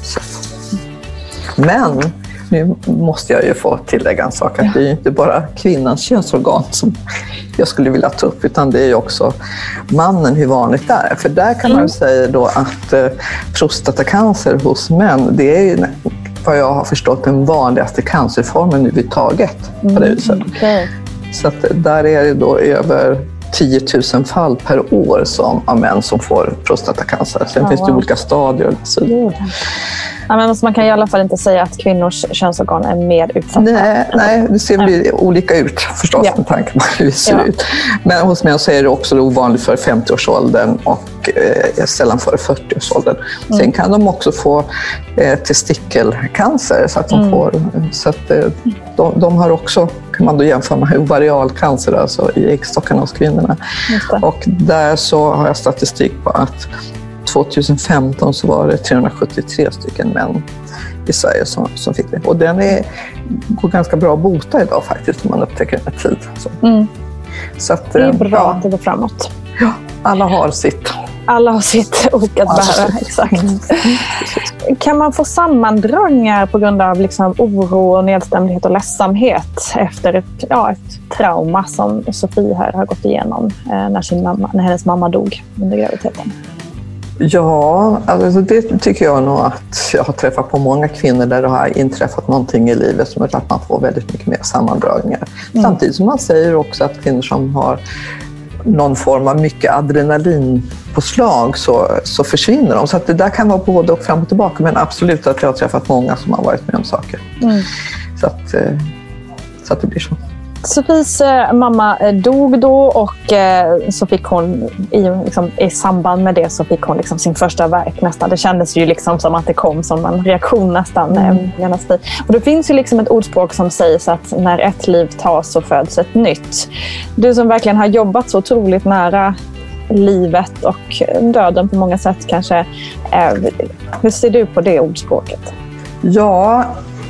Men nu måste jag ju få tillägga en sak, att ja. det är inte bara kvinnans könsorgan som jag skulle vilja ta upp, utan det är ju också mannen, hur vanligt det är. För där kan mm. man säga då att eh, prostatacancer hos män, det är ju vad jag har förstått den vanligaste cancerformen överhuvudtaget på det viset. Mm, okay. Så att där är det då över tio tusen fall per år som, av män som får prostatacancer. Sen oh, finns det wow. olika stadier. Så. Mm. Ja, men man kan i alla fall inte säga att kvinnors könsorgan är mer utsatta. Nej, nej det ser ja. olika ut förstås ja. med tanke på hur det ser ja. ut. Men hos män så är det också ovanligt för femtioårsåldern och eh, sällan för fyrtioårsåldern. Mm. Sen kan de också få eh, testikelcancer så att de mm. får så att eh, de, de har också, kan man då jämföra med ovarialcancer, alltså i äggstockarna hos kvinnorna. Och där så har jag statistik på att tjugohundrafemton så var det trehundrasjuttiotre stycken män i Sverige som, som fick det. Och den är, går ganska bra att bota idag faktiskt om man upptäcker den i tid. Så. Mm. Så att, det är bra ja. att det går framåt. Ja, alla har sitt. Alla har sitt ok att bära, exakt. Mm. Kan man få sammandragningar på grund av liksom oro och nedstämdhet och ledsamhet efter ett, ja, ett trauma som Sofie här har gått igenom eh, när, sin mamma, när hennes mamma dog under graviditeten? Ja, alltså det tycker jag nog att jag har träffat på många kvinnor där det har inträffat någonting i livet som gör att man får väldigt mycket mer sammandragningar. Mm. Samtidigt som man säger också att kvinnor som har någon form av mycket adrenalinpåslag så, så försvinner de. Så att det där kan vara både och fram och tillbaka, men absolut att jag har träffat många som har varit med om saker. Mm. Så, att, så att det blir så. Sofies mamma dog då och så fick hon i, liksom, i samband med det så fick hon liksom sin första värk nästan. Det kändes ju liksom som att det kom som en reaktion nästan. Mm. Och det finns ju liksom ett ordspråk som säger så att när ett liv tas så föds ett nytt. Du som verkligen har jobbat så otroligt nära livet och döden på många sätt kanske. Hur ser du på det ordspråket? Ja,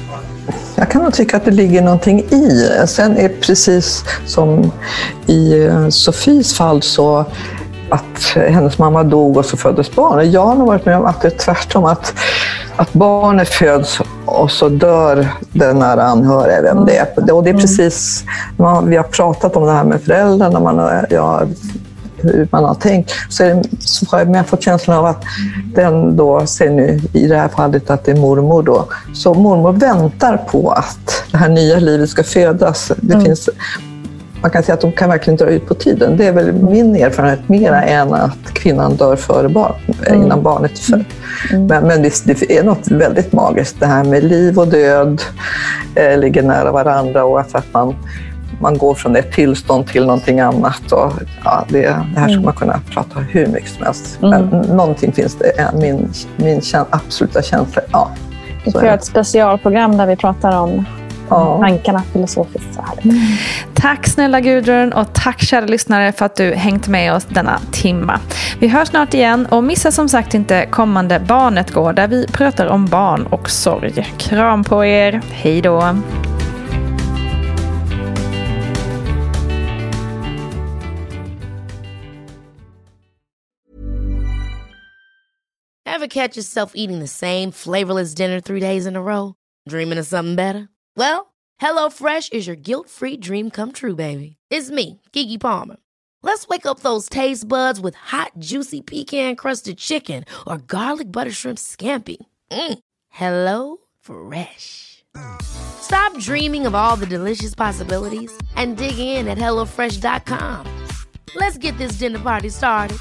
jag kan nog tycka att det ligger någonting i. Sen är precis som i Sofies fall så att hennes mamma dog och så föddes barn. Jag har nog varit med om att det är tvärtom, att, att barnet föds och så dör den nära anhöriga, vem det är. Och det är precis, vi har pratat om det här med föräldrarna, man, ja, hur man har tänkt, så, är det, så har jag fått känslan av att den då, ser nu i det här fallet att det är mormor då, så mormor väntar på att det här nya livet ska födas. Det mm. finns, man kan säga att de kan verkligen dra ut på tiden. Det är väl min erfarenhet mera än att kvinnan dör före barn, mm. innan barnet är född. Mm. Men, men det, det är något väldigt magiskt, det här med liv och död eh, ligger nära varandra, och att, att man Man går från ett tillstånd till någonting annat. Och, ja, det, det här ska man kunna prata hur mycket som helst. Mm. Men någonting finns det. Min, min käns- absoluta känsla. Ja, vi får göra ett specialprogram där vi pratar om ja. tankarna filosofiskt. Så här. Mm. Tack snälla Gudrun, och tack kära lyssnare för att du hängt med oss denna timma. Vi hörs snart igen, och missa som sagt inte kommande Barnet går, där vi pratar om barn och sorg. Kram på er. Hej då! Ever catch yourself eating the same flavorless dinner three days in a row? Dreaming of something better? Well, HelloFresh is your guilt-free dream come true, baby. It's me, Keke Palmer. Let's wake up those taste buds with hot, juicy pecan-crusted chicken or garlic butter shrimp scampi. Mm. Hello Fresh. Stop dreaming of all the delicious possibilities and dig in at hello fresh dot com. Let's get this dinner party started.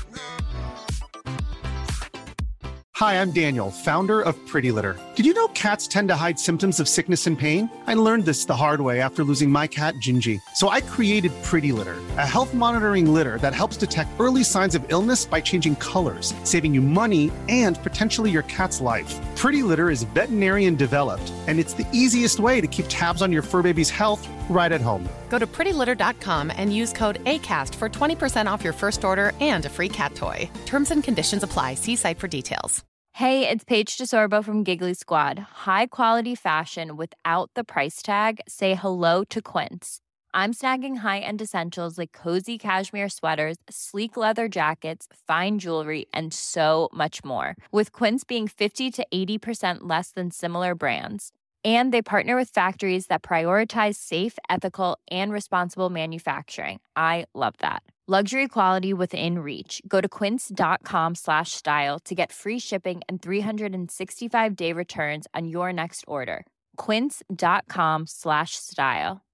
Hi, I'm Daniel, founder of Pretty Litter. Did you know cats tend to hide symptoms of sickness and pain? I learned this the hard way after losing my cat, Gingy. So I created Pretty Litter, a health monitoring litter that helps detect early signs of illness by changing colors, saving you money and potentially your cat's life. Pretty Litter is veterinarian developed, and it's the easiest way to keep tabs on your fur baby's health right at home. Go to pretty litter dot com and use code ACAST for twenty percent off your first order and a free cat toy. Terms and conditions apply. See site for details. Hey, it's Paige DeSorbo from Giggly Squad. High quality fashion without the price tag. Say hello to Quince. I'm snagging high-end essentials like cozy cashmere sweaters, sleek leather jackets, fine jewelry, and so much more. With Quince being fifty to eighty percent less than similar brands. And they partner with factories that prioritize safe, ethical, and responsible manufacturing. I love that. Luxury quality within reach. Go to quince.com slash style to get free shipping and three sixty-five day returns on your next order. Quince.com slash style.